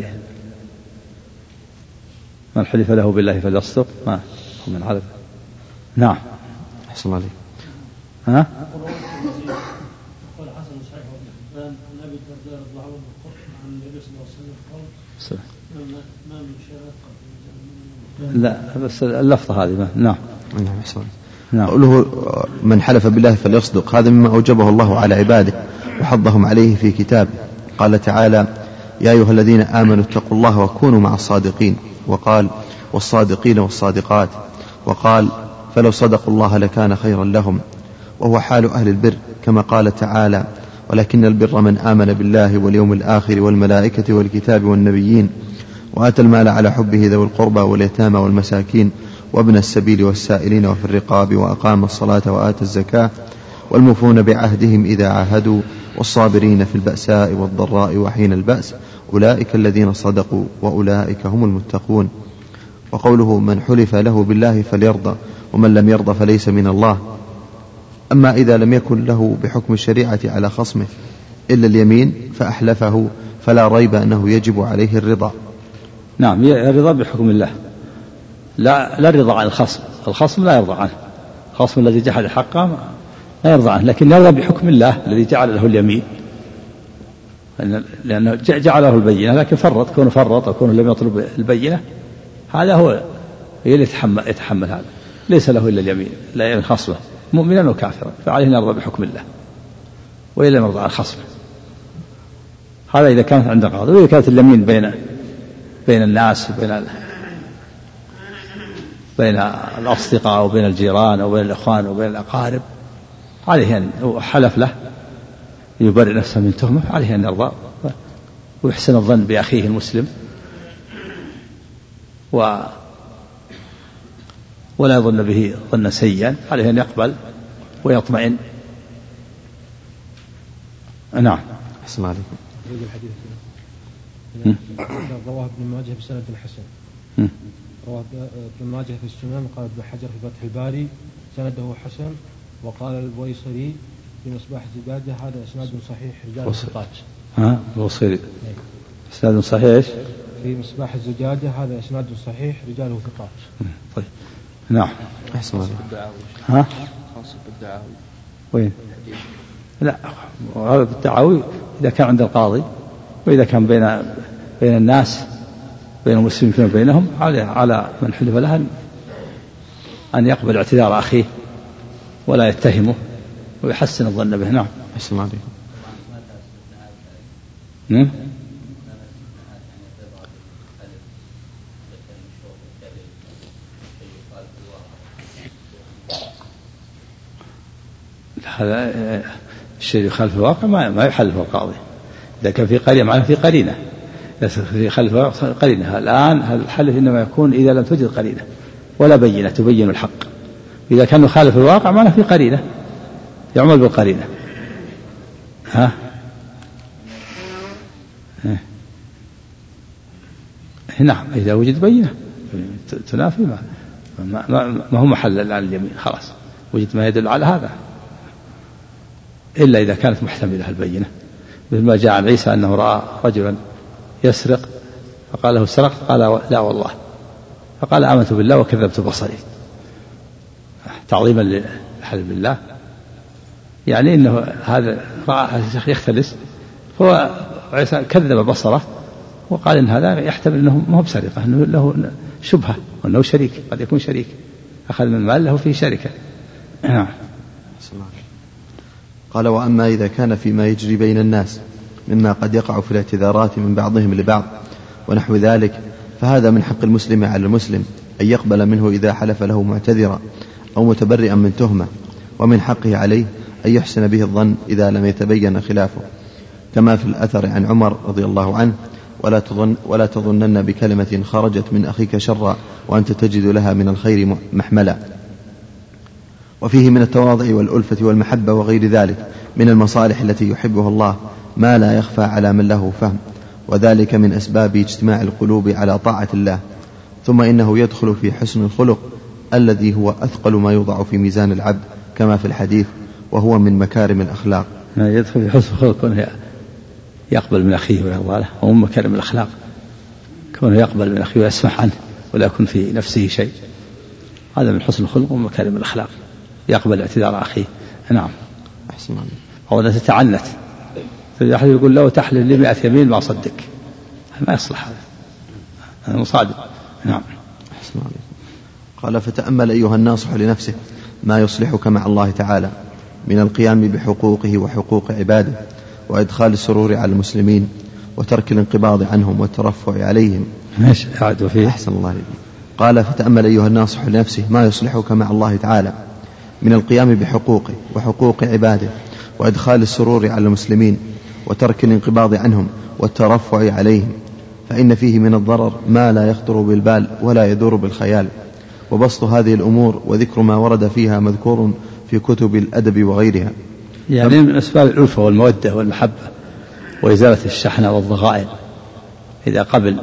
من حلف له بالله فليصدق ما من عرف. نعم. أحسن الله عليك. ها قال حسن صحيح عن أبي الدرداء رضي الله عنه عن النبي صلى الله عليه وسلم قال ما من شرط لا بس اللفظة هذه نعم. نعم أحسن. نعم. قوله من حلف بالله فليصدق هذا مما أوجبه الله على عباده وحضهم عليه في كتابه. قال تعالى: يا أيها الذين آمنوا اتقوا الله وكونوا مع الصادقين. وقال: والصادقين والصادقات. وقال: فلو صدقوا الله لكان خيرا لهم. وهو حال أهل البر كما قال تعالى: ولكن البر من آمن بالله واليوم الآخر والملائكة والكتاب والنبيين وآتى المال على حبه ذوي القربى واليتامى والمساكين وابن السبيل والسائلين وفي الرقاب وأقام الصلاة وآتى الزكاة والموفون بعهدهم إذا عاهدوا والصابرين في البأساء والضراء وحين البأس أولئك الذين صدقوا وأولئك هم المتقون. وقوله من حلف له بالله فليرضى ومن لم يرضى فليس من الله. أما إذا لم يكن له بحكم الشريعة على خصمه إلا اليمين فأحلفه فلا ريب أنه يجب عليه الرضا. نعم، الرضا بحكم الله، لا الرضا عن الخصم. الخصم لا يرضى عنه، الخصم الذي جحد حقه لا يرضى عنه، لكن يرضى بحكم الله الذي جعل له اليمين، لأنه جعل له البينة لكن كونه فرط أو كونه لم يطلب البينة، هذا هو اللي يتحمل هذا، ليس له إلا اليمين، لا يمين خصمه مؤمنا وكافرا، فعليه أن يرضى بحكم الله وإلا يرضى عن خصمه. هذا إذا كانت عند قاضي. وإذا كانت اليمين بين الناس بين الأصدقاء وبين الجيران وبين الإخوان وبين الأقارب، عليه أن حلف له يبرئ نفسه من تهمة، عليه أن يرضى ويحسن الظن بأخيه المسلم ولا يظن به ظنا سيئا، عليه أن يقبل ويطمئن. نعم. أحسن عليكم. رواه ابن ماجه بسند حسن. رواه ابن ماجه في السنن، قال ابن حجر في فتح الباري سنده حسن، وقال البويصري في مصباح الزجاجة هذا إسناد صحيح رجاله ثقات. البويصري إسناد صحيح في مصباح الزجاجة هذا إسناد صحيح رجاله ثقات. طيب. نعم. أحسن الله. خاص بالدعاوي. وين؟ لا، هذا بالدعاوي إذا كان عند القاضي، وإذا كان بين الناس بين المسلمين فيما بينهم، على من حلف له أن يقبل اعتذار أخيه ولا يتهمه ويحسن الظن به. نعم. أحسن عليكم. هذا الشيء يخالف الواقع ما يحلفه القاضي. إذا كان في قرينة معناه في قرينة، في خلف الواقع قرينة. الآن الحلف إنما يكون إذا لم توجد قرينة ولا بينة تبين الحق. إذا كان يخالف الواقع معناه في قرينة يعمل بالقرينة. نعم. إذا وجد بينة تنافي ما هو محل عن اليمين، خلاص وجد ما يدل على هذا، إلا إذا كانت محتملة البينة، مثل ما جاء عن عيسى أنه رأى رجلا يسرق فقال له سرقت، قال لا والله، فقال آمنت بالله وكذبت بصري، تعظيما للحلف بالله. يعني إنه هذا رأى يختلس، فهو عيسى كذب بصره وقال إن هذا يحتمل أنه ما هو بسرقة، أنه له شبهة وأنه شريك، قد يكون شريك أخذ من مال له فيه شركة. نعم. قال وأما إذا كان فيما يجري بين الناس مما قد يقع في الاعتذارات من بعضهم لبعض ونحو ذلك، فهذا من حق المسلم على المسلم أن يقبل منه إذا حلف له معتذرا أو متبرئا من تهمة، ومن حقه عليه أن يحسن به الظن إذا لم يتبين خلافه، كما في الأثر عن عمر رضي الله عنه: ولا تظنن بكلمة خرجت من أخيك شرا وأنت تجد لها من الخير محملا. وفيه من التواضع والألفة والمحبة وغير ذلك من المصالح التي يحبها الله ما لا يخفى على من له فهم، وذلك من أسباب اجتماع القلوب على طاعة الله. ثم إنه يدخل في حسن الخلق الذي هو أثقل ما يوضع في ميزان العبد، كما في الحديث: وهو من مكارم الأخلاق. يدخل في حسن الخلق يقبل من أخيه ويرضى له، ومن مكارم الأخلاق كونه يقبل من أخيه ويسمح عنه ولا يكون في نفسه شيء، هذا من حسن الخلق ومن مكارم الأخلاق، يقبل اعتذار أخيه. نعم. أحسن. أو لا تتعنت، أحد يقول لو تحلف لي 100 يمين ما أصدق، ما يصلح هذا مصادق. نعم. أحسن. قال: فتأمل أيها الناصح لنفسه ما يصلحك مع الله تعالى من القيام بحقوقه وحقوق عباده، وإدخال السرور على المسلمين، وترك الانقباض عنهم والترفع عليهم. ماشي. أعد فيه. أحسن الله عليك. قال: فتأمل أيها الناصح لنفسه ما يصلحك مع الله تعالى من القيام بحقوقه وحقوق عباده، وإدخال السرور على المسلمين وترك الانقباض عنهم والترفع عليهم، فإن فيه من الضرر ما لا يخطر بالبال ولا يدور بالخيال. وبسط هذه الأمور وذكر ما ورد فيها مذكور في كتب الأدب وغيرها. يعني من أسباب الألفة والمودة والمحبة وإزالة الشحنة والضغائن، إذا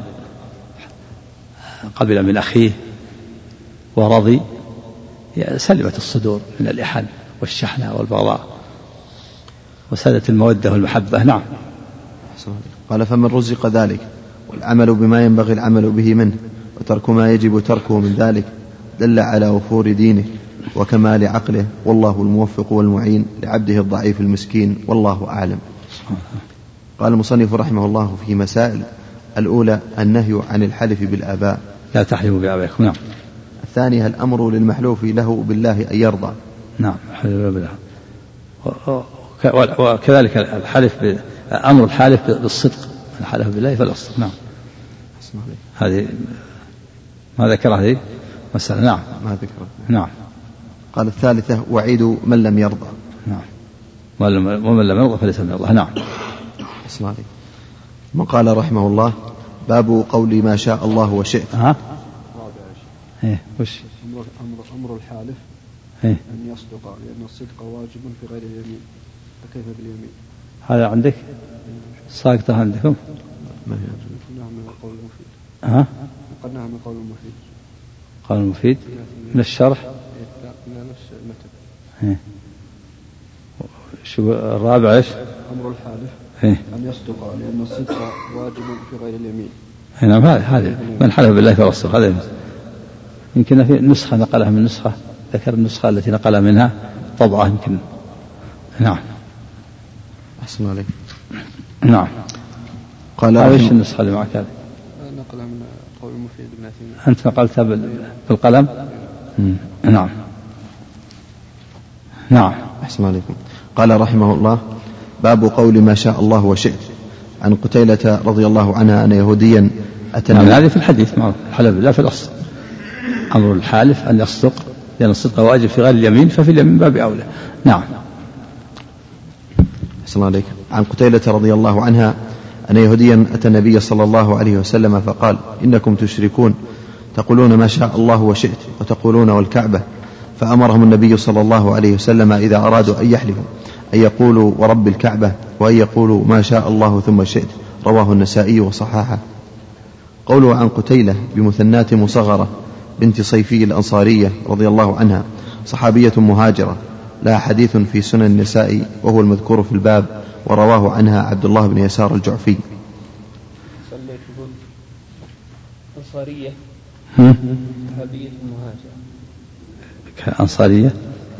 قبل من أخيه ورضي سلمت الصدور من الإحن والشحنة والبغضاء وسادت المودة والمحبة. نعم. قال: فمن رزق ذلك والعمل بما ينبغي العمل به منه وترك ما يجب تركه من ذلك دل على وفور دينه وكمال عقله، والله الموفق والمعين لعبده الضعيف المسكين، والله أعلم. قال المصنف رحمه الله في مسائل: الأولى النهي عن الحلف بالآباء، لا تحلفوا بآبائكم. نعم. الثانية الأمر للمحلوف له بالله أن يرضى. نعم. بالله. وكذلك الحلف أمر الحالف بالصدق، الحلف بالله فالصدق. نعم. هذه ما ذكر هذه مسألة. نعم. ما ذكر. نعم. قال الثالثة وعيد من لم يرضى. نعم. ومن لم يرضى فليس من الله. نعم. من قال رحمه الله: باب قول ما شاء الله وشئت. وش أمر الحالف أن يصدق، لأن الصدق واجب في غير اليمين، فكيف باليمين؟ هذا عندك ساقطة عندكم؟ نعم من القول المفيد. نقلناها من القول المفيد. قول المفيد من الشرح؟ لا، من نفس المتن. شو الرابع ايش؟ أمر الحالف أن يصدق، لأن الصدق واجب في غير اليمين. نعم. هذا من حلف بالله فالصدق. هذا يمكن في نسخة نقلها من نسخة، ذكر النسخة التي نقلها منها طبعة يمكن. نعم. أحسن عليك. نعم. قال: ايش النسخة اللي معك هذه؟ نقلها من قول المفيد ابن عثيمين. أنت نقلتها بالقلم؟ نعم. نعم. أحسن عليكم. قال رحمه الله: باب قول ما شاء الله وشئت. عن قتيلة رضي الله عنها أن يهوديا أتى. نعم. هذه في الحديث مع الحلف بالله في الأصل. أمر الحالف أن يصدق، لأن الصدق واجب في غير اليمين، ففي اليمين باب أولى. نعم. أحسن عليك. عن قتيلة رضي الله عنها أن يهوديا أتى النبي صلى الله عليه وسلم فقال: إنكم تشركون، تقولون ما شاء الله وشئت وتقولون والكعبة. فأمرهم النبي صلى الله عليه وسلم إذا أرادوا أن يحلفوا أن يقولوا ورب الكعبة، وأن يقولوا ما شاء الله ثم شئت. رواه النسائي وصححه. قوله عن قتيلة بمثنات مصغرة بنت صيفي الأنصارية رضي الله عنها، صحابية مهاجرة، لها حديث في سنن النسائي وهو المذكور في الباب، ورواه عنها عبد الله بن يسار الجعفي. أنصارية صحابية مهاجرة كأنصارية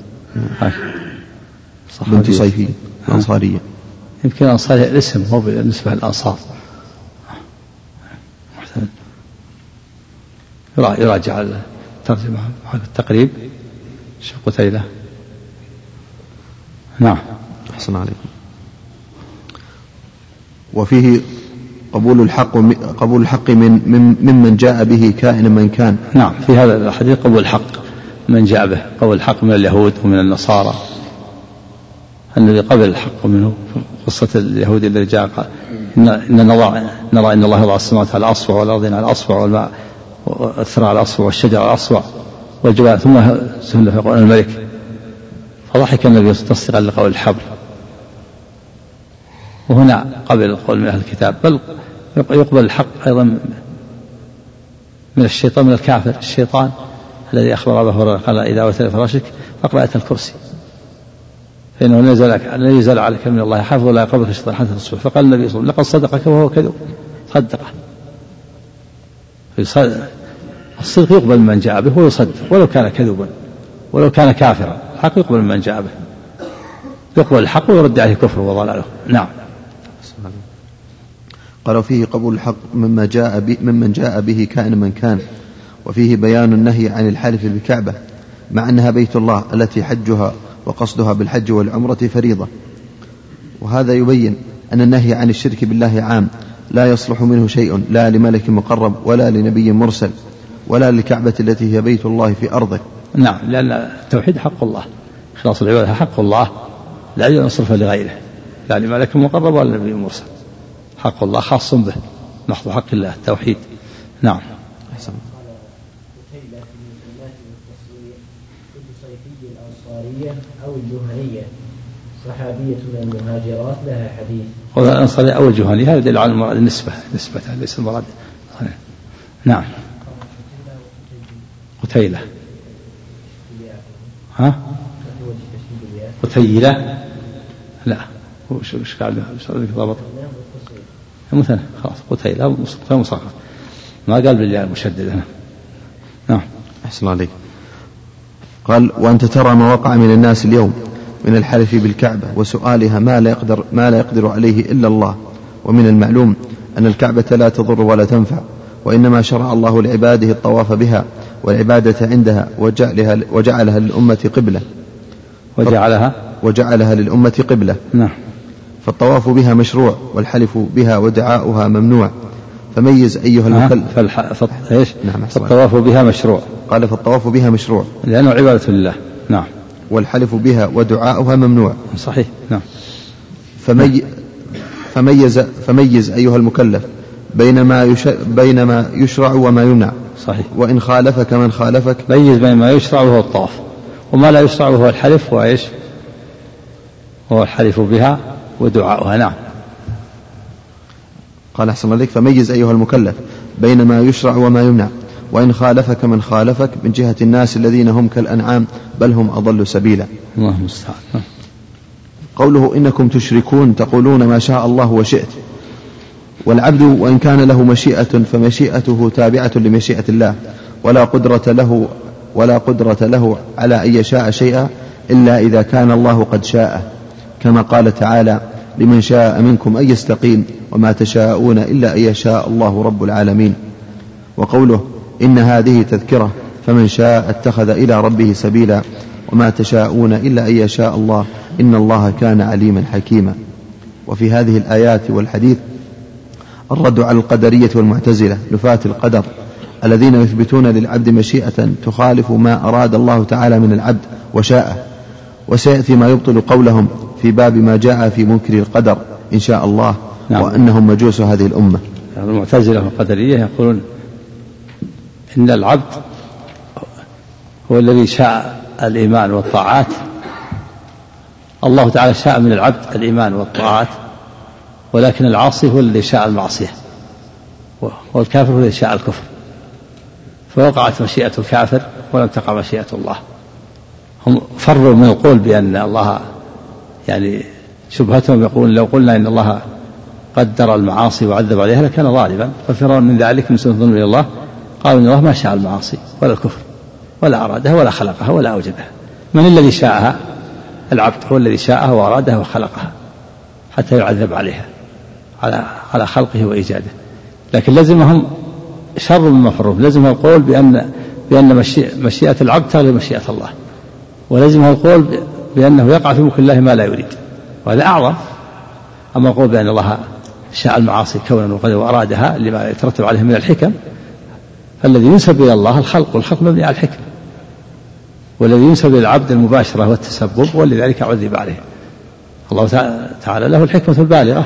بنت صيفي الأنصارية. يمكن أنصارية الاسم هو بالنسبة للأنصار. يراجع الترجمة حق التقريب شيخ قتيلة. نعم. أحسن عليكم. وفيه قبول الحق ممن جاء به كائنا من كان. نعم. في هذا الحديث قبول الحق من جاء به، قبول الحق من اليهود ومن النصارى. الذي قبل الحق منه قصة اليهودي الذي جاء قال: نرى إن الله يضع السماوات على الأصبع والأرضين على الأصبع والماء والثرى على الأصبع والشجر على الأصبع والجبال ثم سهل في قول الملك. فضحك النبي تصديقا لقول الحبر. وهنا قبل قول من أهل الكتاب، بل يقبل الحق أيضا من الشيطان، من الكافر الشيطان الذي أخبر أبا هريرة قال: إذا أويت فراشك فاقرأ آية الكرسي فإنه لا يزال عليك من الله حافظ ولا يقربك الشيطان حتى تصبح. فقال النبي صلى الله عليه وسلم: لقد صدقك وهو كذب. صدقه. الصدق يقبل من جاء به ويصدق ولو كان كذبا ولو كان كافرا. الحق يقبل من جاء به، يقبل الحق ويرد عليه كفر وضلاله. نعم. قالوا فيه قبول الحق ممن جاء به كائن من كان. وفيه بيان النهي عن الحلف بالكعبة، مع أنها بيت الله التي حجها وقصدها بالحج والعمرة فريضة. وهذا يبين أن النهي عن الشرك بالله عام، لا يصلح منه شيء، لا لملك مقرب ولا لنبي مرسل ولا للكعبة التي هي بيت الله في أرضه. نعم. لأن التوحيد حق الله، إخلاص العبادة حق الله، لا يجوز أن يصرف لغيره، لا لملك مقرب ولا نبي مرسل. حق الله خاص به، محض حق الله التوحيد. نعم. أحسن. الأنصارية أو الجهنية صحابية من المهاجرات لها حديث. الأنصارية أو الجهنية هذا يدل على النسبة ليس المراد. نعم. قتيلة. ها؟ قتيلة لا وش قاعد ضبط مثلا خلاص قتيلة مصغر ما قال بالله المشدد هنا. نعم. أحسن عليك. قال وأنت ترى ما وقع من الناس اليوم من الحلف بالكعبة وسؤالها ما لا يقدر عليه إلا الله، ومن المعلوم أن الكعبة لا تضر ولا تنفع، وإنما شرع الله لعباده الطواف بها والعبادة عندها وجعلها للأمة قبلة وجعلها للأمة قبلة. نعم. فالطواف بها مشروع والحلف بها ودعاؤها ممنوع. فميز أيها المكلف. نعم. فالطواف بها مشروع. قال فالطواف بها مشروع لأنه عبادة لله. نعم. والحلف بها ودعاؤها ممنوع. صحيح. نعم. فميز أيها المكلف بين ما يشرع وما يمنع. صحيح. وإن خالفك من خالفك. ميز بين ما يشرع وهو الطواف وما لا يشرع وهو الحلف وإيش هو الحلف بها ودعاؤها. نعم. قال أحسن عليك. فميز أيها المكلف بين ما يشرع وما يمنع، وإن خالفك من خالفك من جهة الناس الذين هم كالأنعام بل هم أضل سبيلا. الله المستعان. قوله إنكم تشركون تقولون ما شاء الله وشئت. والعبد وإن كان له مشيئة فمشيئته تابعة لمشيئة الله، ولا قدرة له على أن يشاء شيئا إلا إذا كان الله قد شاء، كما قال تعالى لمن شاء منكم أن يستقيم وما تشاءون إلا أن يشاء الله رب العالمين. وقوله إن هذه تذكرة فمن شاء اتخذ إلى ربه سبيلا وما تشاءون إلا أن يشاء الله إن الله كان عليما حكيما. وفي هذه الآيات والحديث الرد على القدرية والمعتزلة نفاة القدر الذين يثبتون للعبد مشيئة تخالف ما أراد الله تعالى من العبد وشاءه. وسيأتي ما يبطل قولهم في باب ما جاء في منكر القدر إن شاء الله. نعم. وأنهم مجوس هذه الأمة. المعتزلة والقدرية يقولون إن العبد هو الذي شاء الإيمان والطاعات. الله تعالى شاء من العبد الإيمان والطاعات، ولكن العاصي هو الذي شاء المعصية، والكافر هو الذي شاء الكفر. فوقعت مشيئة الكافر ولم تقع مشيئة الله. هم فروا من القول بأن الله يعني شبهتهم يقولون لو قلنا إن الله قدر المعاصي وعذب عليها لكان ظالما، ففروا من ذلك من سنة الظلم إلى الله. قالوا إن الله ما شاء المعاصي ولا الكفر ولا أرادها ولا خلقها ولا أوجدها. من الذي شاءها؟ العبد هو الذي شاءها وأرادها وخلقها حتى يعذب عليها على خلقه وإيجاده. لكن لزمهم شر من مفروض، لزمهم القول بأن مشيئة العبد تغلب مشيئة الله، ولزمهم القول بأنه يقع في ملك الله ما لا يريد، وهذا أعظم. أما القول بأن الله شاء المعاصي كونا وقدر وأرادها لما يترتب عليه من الحكم، فالذي ينسب إلى الله الخلق، والخلق مبني على الحكم، والذي ينسب إلى العبد المباشرة والتسبب ولذلك عذب عليه. الله تعالى له الحكمة البالغة،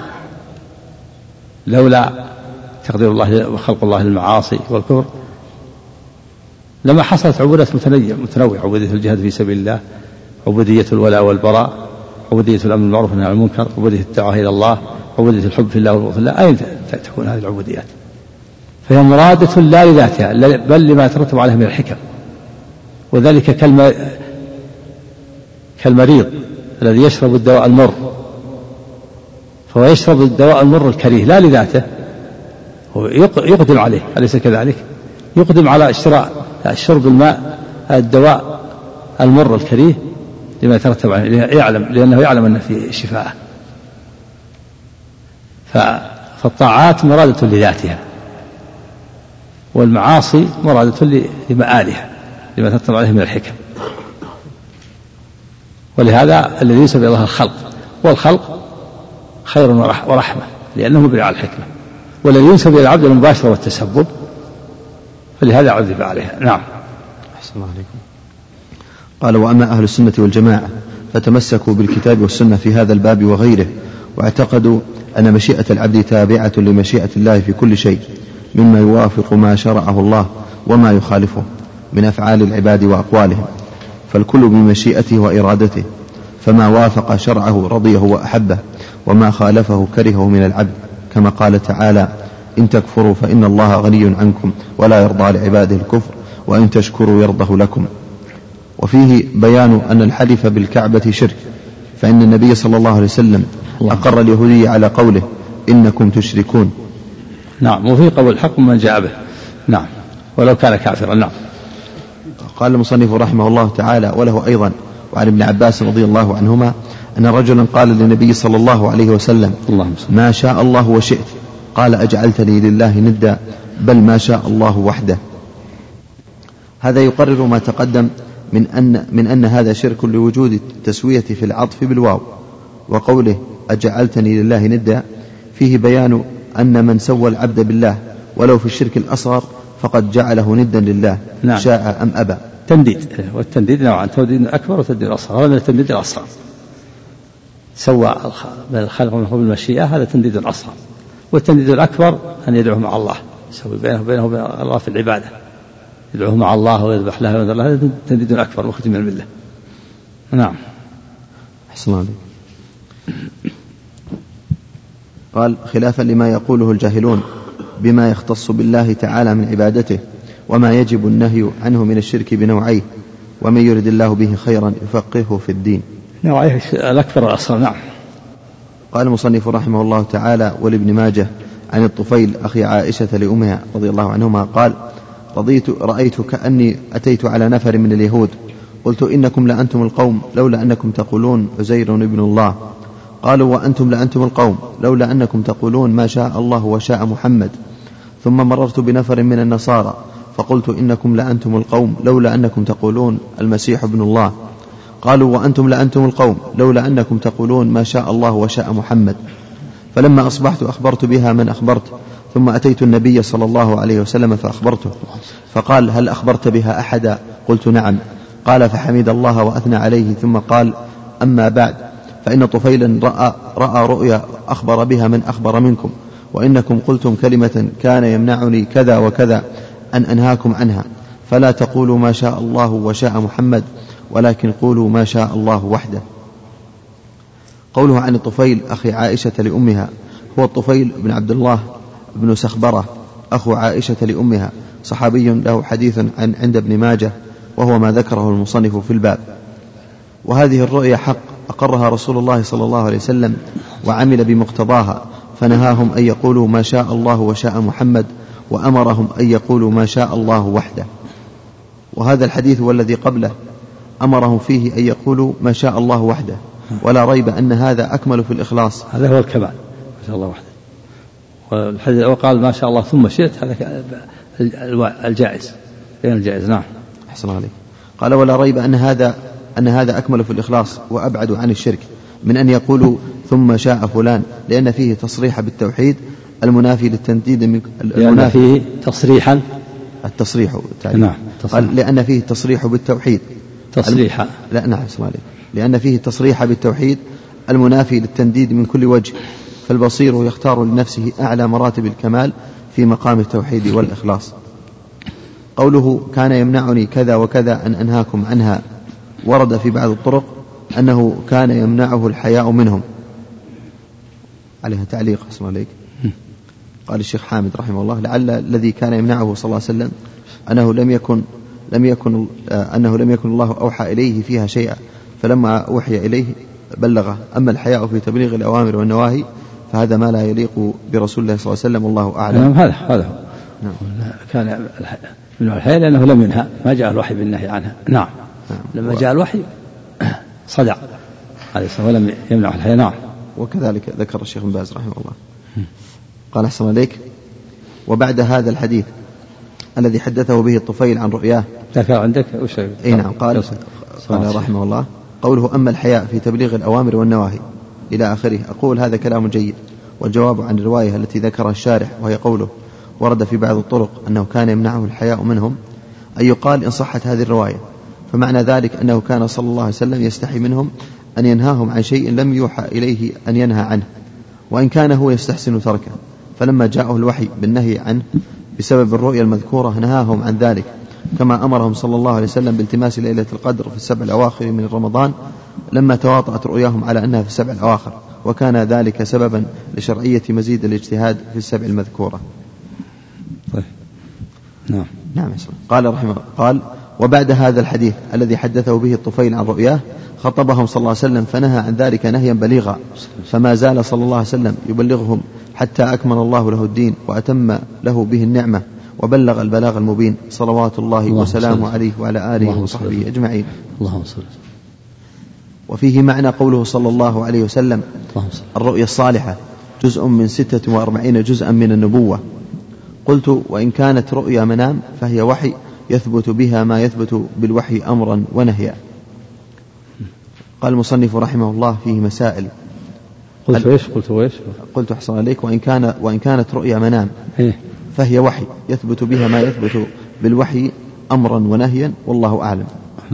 لولا تقدير الله وخلق الله للمعاصي والكفر لما حصلت عبودية متنوعة: عبودية الجهاد في سبيل الله، عبودية الولاء والبراء، عبودية الأمر بالمعروف والنهي عن المنكر، عبودية الدعوة إلى الله، عبودية الحب في الله والبغض في الله. أين تكون هذه العبوديات؟ فهي مرادة لا لذاتها بل لما يترتب عليها من الحكم. وذلك كالمريض الذي يشرب الدواء المر، فهو يشرب الدواء المر الكريه لا لذاته، هو يقدم عليه، أليس كذلك؟ يقدم على شرب الماء الدواء المر الكريه لما يترتب عليه، لأنه يعلم أن فيه شفاء. فالطاعات مرادة لذاتها، والمعاصي مرادة لمآلها لما يترتب عليه من الحكم. ولهذا الذي ينسب إلى الله الخلق، والخلق خير ورحمة لأنه مبني على الحكمة، والذي ينسب إلى العبد المباشرة والتسبب فلهذا عذب عليها. نعم. أحسن الله عليكم. قال: وأما أهل السنة والجماعة فتمسكوا بالكتاب والسنة في هذا الباب وغيره، واعتقدوا أن مشيئة العبد تابعة لمشيئة الله في كل شيء مما يوافق ما شرعه الله وما يخالفه من أفعال العباد وأقوالهم، فالكل بمشيئته وإرادته، فما وافق شرعه رضيه وأحبه، وما خالفه كرهه من العبد، كما قال تعالى: إن تكفروا فإن الله غني عنكم ولا يرضى لعباده الكفر وإن تشكروا يرضه لكم. وفيه بيان أن الحلف بالكعبة شرك، فإن النبي صلى الله عليه وسلم أقر اليهودي على قوله: إنكم تشركون. نعم. وفي قول الحق من جاء به. نعم، ولو كان كافرا. نعم. قال المصنف رحمه الله تعالى: وله أيضا وعن ابن عباس رضي الله عنهما أن رجلا قال للنبي صلى الله عليه وسلم: ما شاء الله وشئت. قال: أجعلتني لله ندا؟ بل ما شاء الله وحده. هذا يقرر ما تقدم من أن هذا شرك لوجود التسوية في العطف بالواو. وقوله: أجعلتني لله ندا فيه بيان أن من سوى العبد بالله ولو في الشرك الأصغر فقد جعله ندا لله. نعم. شاء أم أبى. تنديد، والتنديد نوعان: تنديد أكبر وتنديد أصغر. هذا من التنديد الأصغر، سوى الخلق من قبل المشيئة، هذا تنديد أصغر. والتنديد الأكبر أن يدعوه مع الله، يسوي بينه وبين الله في العبادة، يدعوه مع الله ويذبح له وينذر له، هذا تنديد أكبر مخرج من الملة. نعم. أحسن الله. قال: خلافا لما يقوله الجاهلون بما يختص بالله تعالى من عبادته، وما يجب النهي عنه من الشرك بنوعيه، ومن يرد الله به خيرا يفقهه في الدين. نوعيه الأكبر والأصغر. نعم. قال المصنف رحمه الله تعالى: ولابن ماجه عن الطفيل أخي عائشة لأمها رضي الله عنهما قال: رأيت كأني أتيت على نفر من اليهود، قلت: إنكم لأنتم القوم لولا أنكم تقولون عزير ابن الله. قالوا: وأنتم لأنتم القوم لولا أنكم تقولون ما شاء الله وشاء محمد. ثم مررت بنفر من النصارى فقلت: إنكم لأنتم القوم لولا أنكم تقولون المسيح ابن الله. قالوا: وأنتم لأنتم القوم لولا أنكم تقولون ما شاء الله وشاء محمد. فلما أصبحت أخبرت بها من أخبرت، ثم أتيت النبي صلى الله عليه وسلم فأخبرته، فقال: هل أخبرت بها أحدا؟ قلت: نعم. قال: فحمد الله وأثنى عليه، ثم قال: أما بعد، فإن طفيلا رأى رؤيا أخبر بها من أخبر منكم، وإنكم قلتم كلمة كان يمنعني كذا وكذا أن أنهاكم عنها، فلا تقولوا ما شاء الله وشاء محمد، ولكن قولوا ما شاء الله وحده. قوله عن الطفيل أخي عائشة لأمها، هو الطفيل بن عبد الله بن سخبرة أخو عائشة لأمها، صحابي له حديث عند ابن ماجه، وهو ما ذكره المصنف في الباب. وهذه الرؤيا حق أقرها رسول الله صلى الله عليه وسلم وعمل بمقتضاها، فنهاهم أن يقولوا ما شاء الله وشاء محمد، وأمرهم أن يقولوا ما شاء الله وحده. وهذا الحديث والذي قبله أمرهم فيه أن يقولوا ما شاء الله وحده، ولا ريب أن هذا أكمل في الإخلاص. هذا هو الكمال، ما شاء الله وحده. والحديث وقال ما شاء الله ثم شئت، هذا الجائز بين الجائز. نعم. أحسن عليك. قال: ولا ريب أن هذا أكمل في الإخلاص وأبعد عن الشرك من أن يقولوا ثم شاء فلان، لأن فيه تصريح بالتوحيد المنافي للتنديد من لأن فيه تصريحا التصريح. نعم. قال: لأن فيه تصريح بالتوحيد تصريحا. لا نعم. أحسن عليك. لأن فيه تصريح بالتوحيد المنافي للتنديد من كل وجه، فالبصير يختار لنفسه أعلى مراتب الكمال في مقام التوحيد والإخلاص. قوله كان يمنعني كذا وكذا أن أنهاكم عنها، ورد في بعض الطرق أنه كان يمنعه الحياء منهم. عليها تعليق. اسمع عليك. قال الشيخ حامد رحمه الله: لعل الذي كان يمنعه صلى الله عليه وسلم أنه لم يكن الله أوحى إليه فيها شيئا، فلما أوحي إليه بلغه. أما الحياء في تبليغ الأوامر والنواهي فهذا ما لا يليق برسول الله صلى الله عليه وسلم، والله أعلم. هذا هو. نعم. كان من الحياء لأنه لم ينهى، ما جاء الوحي بالنهي عنها. نعم. لما جاء الوحي صدع عليه الصلاة ولم يمنع الحياء. نعم. وكذلك ذكر الشيخ بن باز رحمه الله. قال: أحسن عليك. وبعد هذا الحديث الذي حدثه به الطفيل عن رؤياه ذكر عندك أي نعم. قال رحمه الله: قوله أما الحياء في تبليغ الأوامر والنواهي إلى آخره. أقول هذا كلام جيد، والجواب عن الرواية التي ذكرها الشارح وهي قوله ورد في بعض الطرق أنه كان يمنعه الحياء منهم، أن يقال إن صحت هذه الرواية فمعنى ذلك أنه كان صلى الله عليه وسلم يستحي منهم أن ينهاهم عن شيء لم يوحى إليه أن ينهى عنه، وإن كان هو يستحسن تركه، فلما جاءه الوحي بالنهي عنه بسبب الرؤيا المذكورة نهاهم عن ذلك، كما أمرهم صلى الله عليه وسلم بالتماس ليلة القدر في السبع الأواخر من رمضان لما تواطأت رؤياهم على أنها في السبع الأواخر، وكان ذلك سببا لشرعية مزيد الاجتهاد في السبع المذكورة. طيب. نعم. قال رحمه الله قال: وبعد هذا الحديث الذي حدثه به الطفيل عن رؤياه خطبهم صلى الله عليه وسلم فنهى عن ذلك نهيا بليغا، فما زال صلى الله عليه وسلم يبلغهم حتى أكمل الله له الدين وأتم له به النعمة وبلغ البلاغ المبين، صلوات الله وسلامه عليه وعلى آله وصحبه أجمعين. اللهم صل. وفيه معنى قوله صلى الله عليه وسلم: الرؤيا الصالحة جزء من 46 جزءا من النبوة. قلت: وإن كانت رؤيا منام فهي وحي يثبت بها ما يثبت بالوحي أمرا ونهيا. قال المصنف رحمه الله: فيه مسائل. قلت ويش قلت أحسن عليك: وإن كانت رؤيا منام فهي وحي يثبت بها ما يثبت بالوحي أمرا ونهيا، والله أعلم.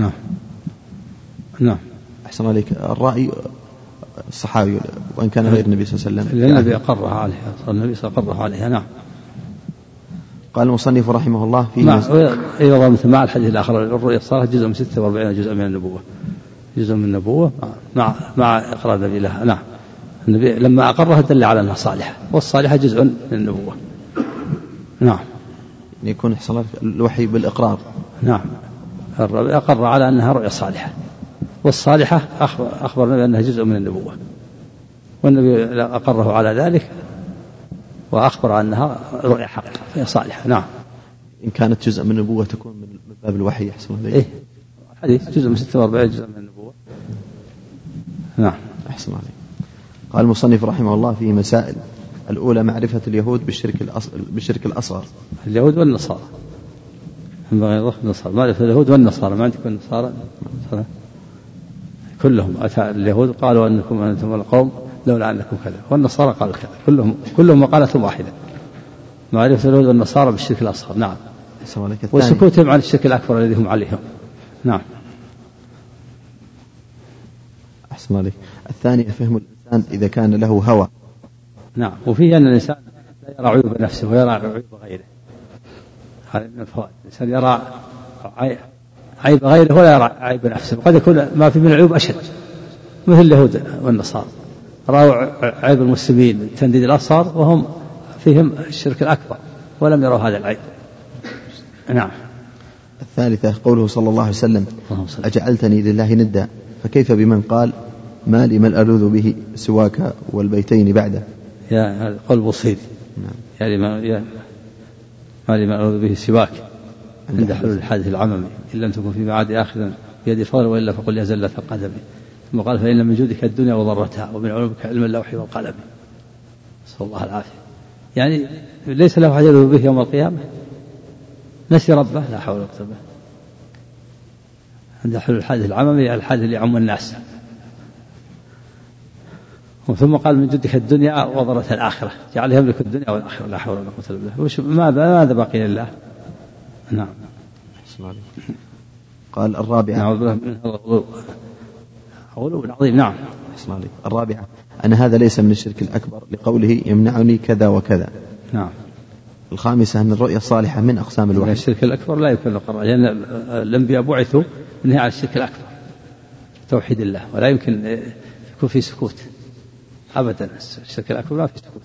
نعم. أحسن عليك. الرأي الصحابي وإن كان غير النبي صلى الله عليه وسلم، النبي أقرها عليها، النبي صلى الله عليه وسلم عليها. نعم. قال المصنف رحمه الله: فيه أيضا مثل مع الحديث الآخر: الرؤيا الصالحة جزء من 46 جزء من النبوة، جزء من النبوة مع إقرار النبي لها. نعم. النبي لما أقرها دل على أنها صالحة، والصالحة جزء من النبوة. نعم. يكون حصل الوحي بالإقرار. نعم. أقر على أنها رؤيا صالحة، والصالحة أخبر النبي أنها جزء من النبوة، والنبي أقره على ذلك وأخبر أنها رؤيا حق هي صالحة. نعم. إن كانت جزء من النبوة تكون من باب الوحي. أحسن عليك. إيه؟ حديث جزء من 46 جزء من النبوة. نعم. أحسن عليك. قال المصنف رحمه الله: فيه مسائل. الأولى معرفة اليهود بالشرك الأصغر. اليهود والنصارى معرفة اليهود والنصارى، ما عندكم النصارى كلهم أتى اليهود قالوا أنتم القوم لولا أنكم كذا، والنصارى قالوا كذا، كلهم مقالة واحدة. معرفة اليهود والنصارى بالشرك الأصغر. نعم. وسكوتهم عن الشرك الأكبر الذي هم عليهم. نعم. أحسن عليك. الثانية فهم الإنسان إذا كان له هوى. نعم. وفيه أن الإنسان لا يرى عيوب نفسه ويرى عيوب غيره. هذا من الفوائد. الإنسان يرى عيب غيره ولا يرى عيب نفسه، وقد يكون ما في من العيوب أشد، مثل اليهود والنصارى رأوا عيب المسلمين تنديد الأبصار وهم فيهم الشرك الأكبر ولم يروا هذا العيب. نعم. الثالثة قوله صلى الله عليه وسلم: أجعلتني لله ندا، فكيف بمن قال: ما لي من ألوذ به سواك والبيتين بعده. يا هذا قول بصيري. نعم. يعني ما لي من ألوذ به سواك عند حلول الحادث العممي، إن لم تكن في معاد آخذا بيد الفضل وإلا فقل يا زلة القدم. ثم قال: فإن من جودك الدنيا وضرتها ومن علومك علم اللوح والقلم. نسأل الله العافية. يعني ليس له أحد يلوذ به يوم القيامة، نسي ربه لا حول ولا قوة إلا بالله. عند حلول الحادث العممي الحادث اللي يعم الناس. ثم قال: من جدك الدنيا وضرت الآخرة، جعل يملك الدنيا والآخرة لا حول ولا قوة إلا بالله. ماذا بقي لله؟ نعم. قال: الرابعة. نعوذ بالله من غلو عظيم. نعم. الرابعة أن هذا ليس من الشرك الأكبر لقوله: يمنعني كذا وكذا. نعم. الخامسة أن الرؤيا الصالحة من أقسام الوحي. الشرك الأكبر لا يمكن القرار، لأن الأنبياء بعثوا منها على الشرك الأكبر توحيد الله، ولا يمكن يكون في سكوت أبدا. الشرك الأكبر لا في سكوت،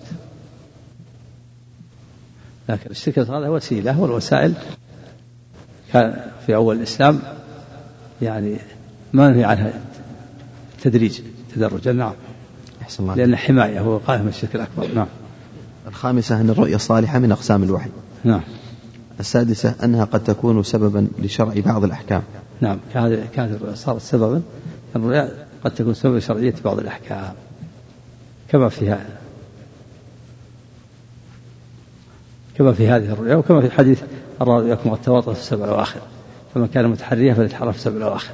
لكن الشرك الأصغر هو وسيلة، والوسائل كان في أول الإسلام يعني ما نهي عنها تدرجا. نعم. لأن حماية هو قائم من الشرك الأكبر. نعم. الخامسة أن الرؤيا الصالحة من أقسام الوحي. نعم. السادسة أنها قد تكون سببا لشرع بعض الأحكام. نعم. كانت الرؤيا صارت سببا، الرؤيا قد تكون سببا لشرعية بعض الأحكام كما في هذه الرؤيا، وكما في حديث: الرؤياكم والتواطؤ في السبع الأواخر، فمن كان متحريا فليتحرى في السبع الأواخر.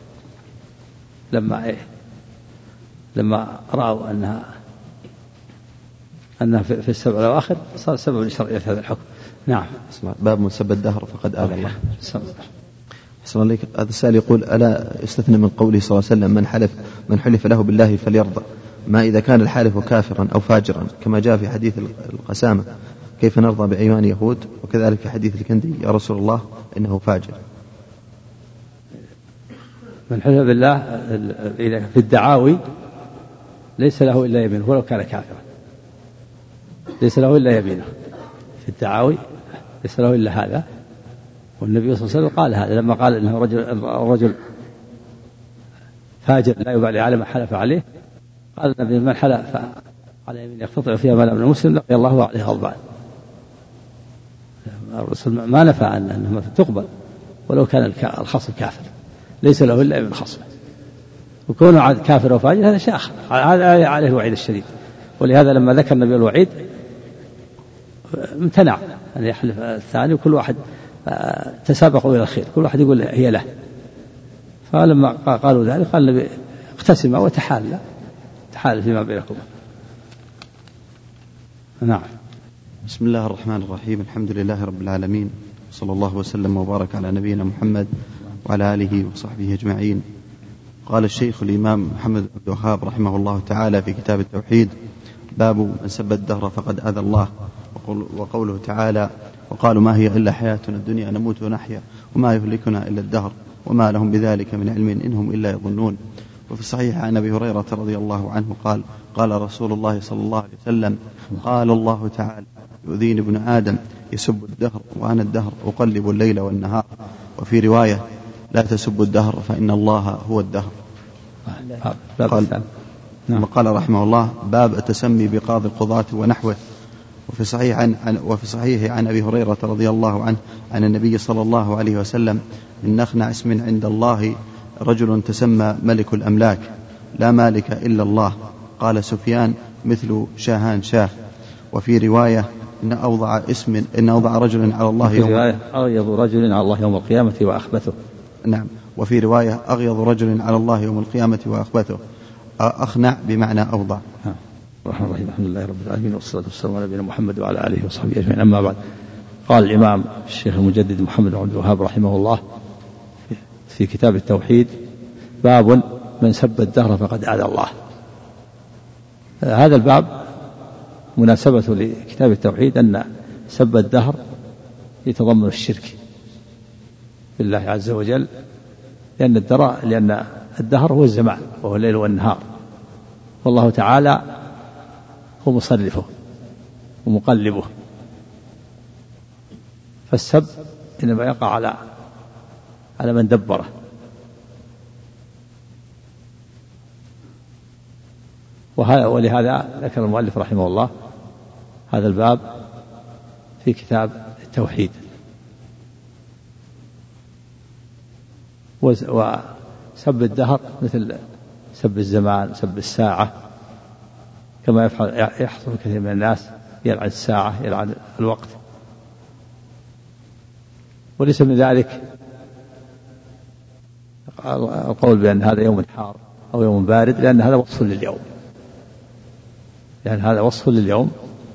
لما رأوا أنها في السبع الأواخر صار سبب لشرعية هذا الحكم. نعم. باب من سب الدهر فقد آل الله. حسن عليك. هذا السائل يقول: ألا يستثنى من قوله صلى الله عليه وسلم: من حلف من حلف له بالله فليرضى. ما إذا كان الحالف كافرا أو فاجرا كما جاء في حديث القسامة كيف نرضى بأيمان يهود، وكذلك في حديث الكندي يا رسول الله إنه فاجر. من حلف بالله في الدعاوي ليس له إلا يمينه ولو كان كافرا، ليس له إلا يمينه في الدعاوي، ليس له إلا هذا. والنبي صلى الله عليه وسلم قال هذا لما قال إنه رجل فاجر لا يبالي على ما حلف عليه، قال النبي من حلف على يمين يقتطع فيها مال من المسلم لقي الله عليه غضبان. الرسول ما نفى أنها تقبل ولو كان الخصم كافر، ليس له إلا من خصمه. وكونه كافر وفاجر هذا شيء آخر، هذا عليه الوعيد الشديد. ولهذا لما ذكر النبي الوعيد امتنع أن يحلف الثاني، وكل واحد تسابقوا إلى الخير، كل واحد يقول هي له. فلما قالوا ذلك قال النبي اقتسما وتحالى فيما بينكم. نعم. بسم الله الرحمن الرحيم. الحمد لله رب العالمين، صلى الله وسلم وبارك على نبينا محمد وعلى آله وصحبه أجمعين. قال الشيخ الإمام محمد بن عبد الوهاب رحمه الله تعالى في كتاب التوحيد: باب من سب الدهر فقد آذى الله. وقوله تعالى: وقالوا ما هي إلا حياتنا الدنيا نموت ونحيا وما يهلكنا إلا الدهر وما لهم بذلك من علم إنهم إلا يظنون. وفي الصحيح عن أبي هريرة رضي الله عنه قال: قال رسول الله صلى الله عليه وسلم: قال الله تعالى: يؤذيني ابن آدم يسب الدهر وأنا الدهر أقلب الليل والنهار. وفي رواية: لا تسبوا الدهر فإن الله هو الدهر. قال رحمه الله: باب التسمي بقاضي القضاة ونحوه. وفي صحيح عن أبي هريرة رضي الله عنه عن النبي صلى الله عليه وسلم: إن أخنع اسم عند الله رجل تسمى ملك الأملاك لا مالك إلا الله. قال سفيان: مثل شاهان شاه. وفي رواية: إن أوضع رجل على الله أغيظ رجل على الله يوم القيامة وأخبثه. نعم. وفي رواية: أغيظ رجل على الله يوم القيامة وأخبثه. أخنع بمعنى أوضع. الرحمن الرحيم. الحمد لله رب العالمين، والصلاة والسلام على نبينا محمد وعلى آله وصحبه أجمعين. أما بعد، قال الإمام الشيخ المجدد محمد بن عبد الوهاب رحمه الله في كتاب التوحيد: باب من سب الدهر فقد آذى الله. هذا الباب مناسبة لكتاب التوحيد أن سب الدهر يتضمن الشرك بالله عز وجل، لأن الدهر هو الزمان وهو الليل والنهار، والله تعالى هو مصرفه ومقلبه. فالسب إنما يقع على من دبره. ولهذا ذكر المؤلف رحمه الله هذا الباب في كتاب التوحيد. وسب الدهر مثل سب الزمان، سب الساعة، كما يحصل كثير من الناس يلعن الساعة، يلعن الوقت. وليس من ذلك القول بأن هذا يوم حار أو يوم بارد، لأن هذا وصف لليوم،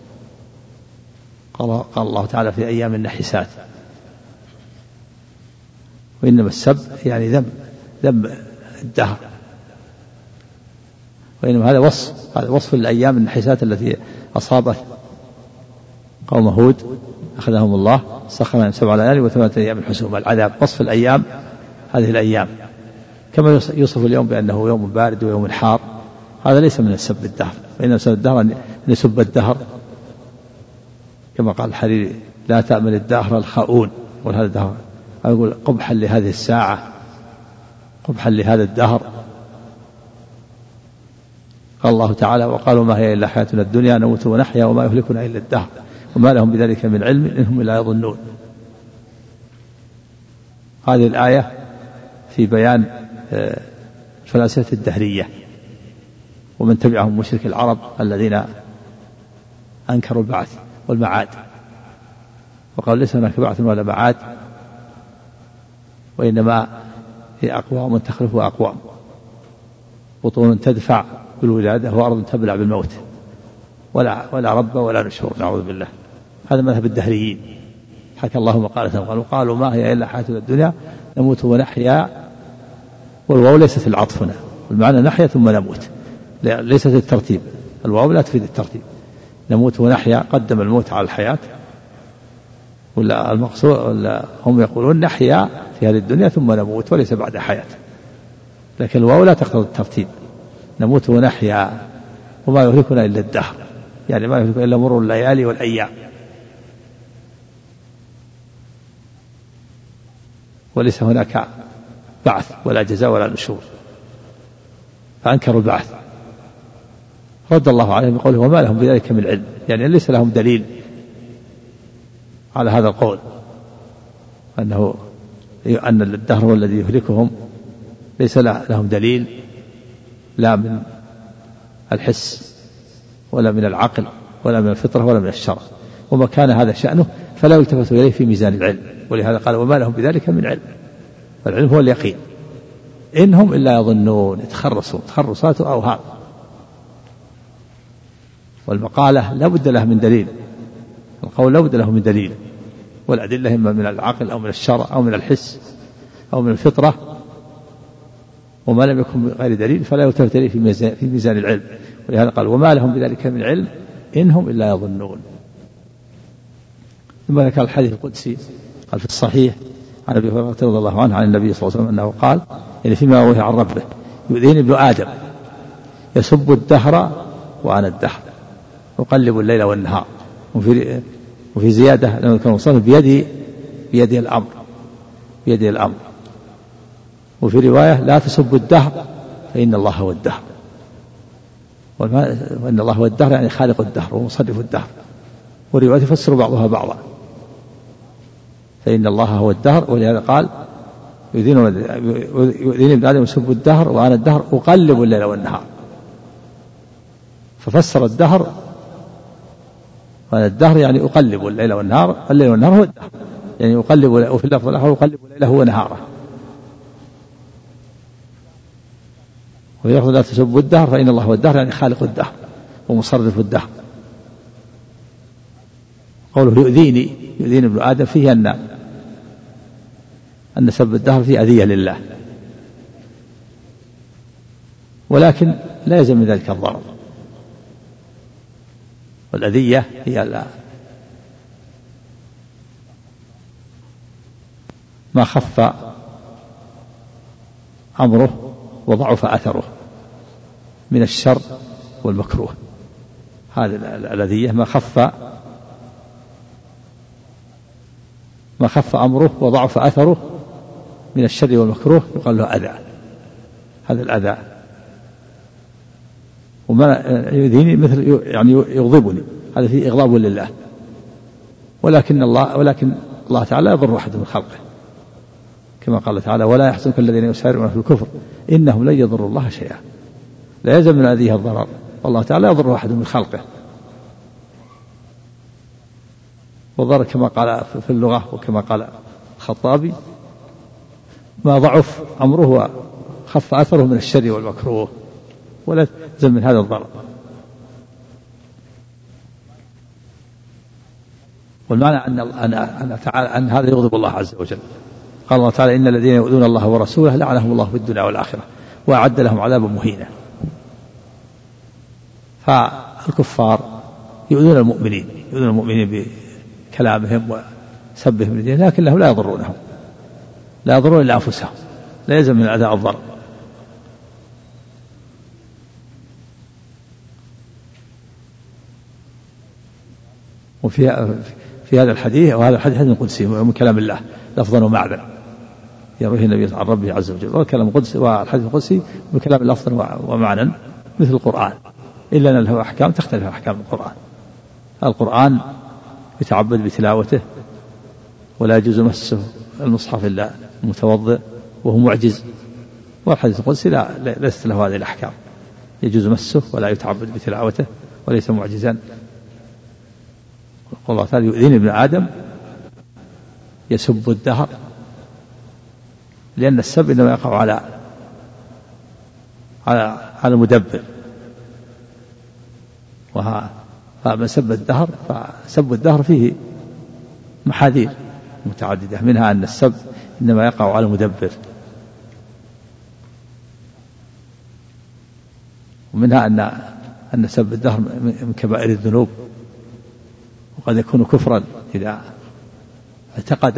قال الله تعالى: في أيام النحسات. وإنما السب يعني ذم الدهر، وإنما هذا وصف للأيام النحسات التي أصابت قوم هود، أخذهم الله سخر من 7 ليال و8 أيام حسوما. العذاب وصف الأيام، هذه الأيام، كما يوصف اليوم بأنه يوم بارد ويوم حار. هذا ليس من السب الدهر، وإنما سب الدهر أن يسب الدهر، كما قال الحريري: لا تأمن الدهر الخاؤون. وهذا الدهر أقول قبحا لهذه الساعة، قبحا لهذا الدهر. قال الله تعالى: وقالوا ما هي إلا حياتنا الدنيا نموت ونحيا وما يهلكنا إلا الدهر وما لهم بذلك من علم إنهم إلا يظنون. هذه الآية في بيان الفلاسفة الدهرية ومن تبعهم مشرك العرب الذين أنكروا البعث والمعاد، وقالوا ليس هناك بعث ولا معاد، وإنما هي أقوام تخلف أقوام، بطون تدفع بالولادة وأرض تبلع بالموت، ولا رب ولا نشور، نعوذ بالله. هذا مذهب الدهريين. حكى الله مقالة قالوا ما هي إلا حياتنا الدنيا نموت ونحيا، والواو ليست العطف هنا، المعنى نحيا ثم نموت، ليست الترتيب، الواو لا تفيد الترتيب. نموت ونحيا، قدم الموت على الحياة، ولا المقصود ولا هم يقولون نحيا في هذه الدنيا ثم نموت وليس بعد حياة، لكن الواو لا تقتضي الترتيب. نموت ونحيا وما يهلكنا إلا الدهر، يعني ما يهلكنا إلا مر الليالي والأيام. وليس هناك بعث ولا جزاء ولا نشور، فأنكروا البعث. رد الله عليهم بقوله وما لهم بذلك من علم، يعني ليس لهم دليل على هذا القول أن الدهر هو الذي يهلكهم، ليس لهم دليل لا من الحس ولا من العقل ولا من الفطرة ولا من الشرع، وما كان هذا شأنه فلا يلتفت إليه في ميزان العلم. ولهذا قال وما لهم بذلك من علم، فالعلم هو اليقين، إنهم إلا يظنون، يتخرصون تخرصات أوهام. والمقالة لا بد له من دليل، القول لا بد له من دليل، والأدلة إما من العقل أو من الشرع أو من الحس أو من الفطرة، وما لم يكن بغير دليل فلا يلتفت إليه في ميزان العلم. ولهذا قال وما لهم بذلك من علم إنهم إلا يظنون. ثم ذكر الحديث القدسي قال في الصحيح عن أبي هريرة رضي الله عنه عن النبي صلى الله عليه وسلم أنه قال يعني فيما روي عن ربه يؤذيني ابن آدم يسب الدهر وأنا الدهر أقلب الليل والنهار. وفي زيادة لما كان وصل بيده الأمر. وفي رواية لا تسبوا الدهر فإن الله هو الدهر، وإن الله هو الدهر يعني خالق الدهر ومصرف الدهر. ورواية تفسر بعضها بعضا، فإن الله هو الدهر. ولهذا قال يؤذيني ابن آدم يسب الدهر وأنا الدهر أقلب الليل والنهار، ففسر الدهر وأنا الدهر يعني أقلب الليل والنهار، الليل والنهار هو الدهر، يعني أقلب، وفي اللفظ الآخر أقلب الليل ونهاره. ويأخذ لا تسبوا الدهر فإن الله هو الدهر يعني خالق الدهر ومصرف الدهر. قوله يؤذيني ابن آدم فيه أن سب الدهر فيه أذية لله، ولكن لا يلزم من ذلك الضرر. والأذية هي ما خف أمره وضعف أثره من الشر والمكروه. هذه الأذية ما خف أمره وضعف أثره من الشر والمكروه يقال له أذى. هذا الأذى وما يؤذيني مثل يعني يغضبني، هذا فيه إغضاب لله. ولكن الله تعالى يضر أحد من خلقه، كما قال تعالى ولا يحزنك الذين يسارعون في الكفر إنهم لن يضروا الله شيئا. لا يلزم من أذيه الضرر، والله تعالى يضر أحد من خلقه. وضر كما قال في اللغة وكما قال الخطابي ما ضعف أمره وخف أثره من الشر والمكروه، ولا يلزم من هذا الضرر. والمعنى أن هذا يغضب الله عز وجل. قال الله تعالى إن الذين يؤذون الله ورسوله لعنهم الله في الدنيا والآخرة وأعد لهم عذابا مهينا. فالكفار يؤذون المؤمنين بكلامهم وسبهم لدينهم، لكنهم لا يضرون إلا أنفسهم، لا يلزم من الأذى الضرر. وفي هذا الحديث، وهذا الحديث حديث قدسي من كلام الله لفظا ومعنى يرويه النبي عن ربه عز وجل، والكلام القدسي والحديث القدسي من كلام لفظا ومعنى مثل القرآن، إلا أن له أحكام تختلف عن أحكام القرآن. القرآن يتعبد بتلاوته ولا يجوز مسه المصحف إلا المتوضئ وهو معجز، والحديث القدسي ليست له هذه الأحكام، يجوز مسه ولا يتعبد بتلاوته وليس معجزا. الله تعالى يؤذيني ابن آدم يسب الدهر، لأن السب إنما يقع على المدبر، فمن سب الدهر فسب الدهر فيه محاذير متعددة، منها أن السب إنما يقع على المدبر، ومنها أن سب الدهر من كبائر الذنوب، وقد يكون كفرا إذا اعتقد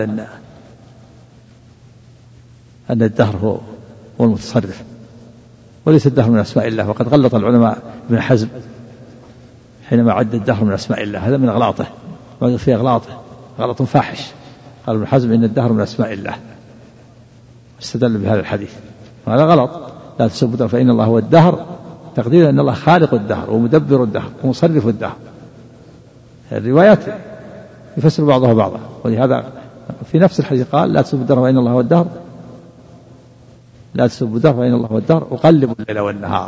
أن الدهر هو المتصرف، وليس الدهر من أسماء الله. وقد غلط العلماء ابن حزم حينما عد الدهر من أسماء الله، هذا من أغلاطه، وهذا فيه أغلاطه غلط فاحش. قال ابن حزم إن الدهر من أسماء الله، استدل بهذا الحديث، وهذا غلط. لا تسبوا الدهر فإن الله هو الدهر، تقدير أن الله خالق الدهر ومدبر الدهر ومصرف الدهر. الروايات يفسر بعضها بعضا، ولهذا في نفس الحديث قال لا تسبوا الدهر فإن الله هو الدهر، لا تسبوا الدهر فإن الله هو الدهر أقلب الليل والنهار.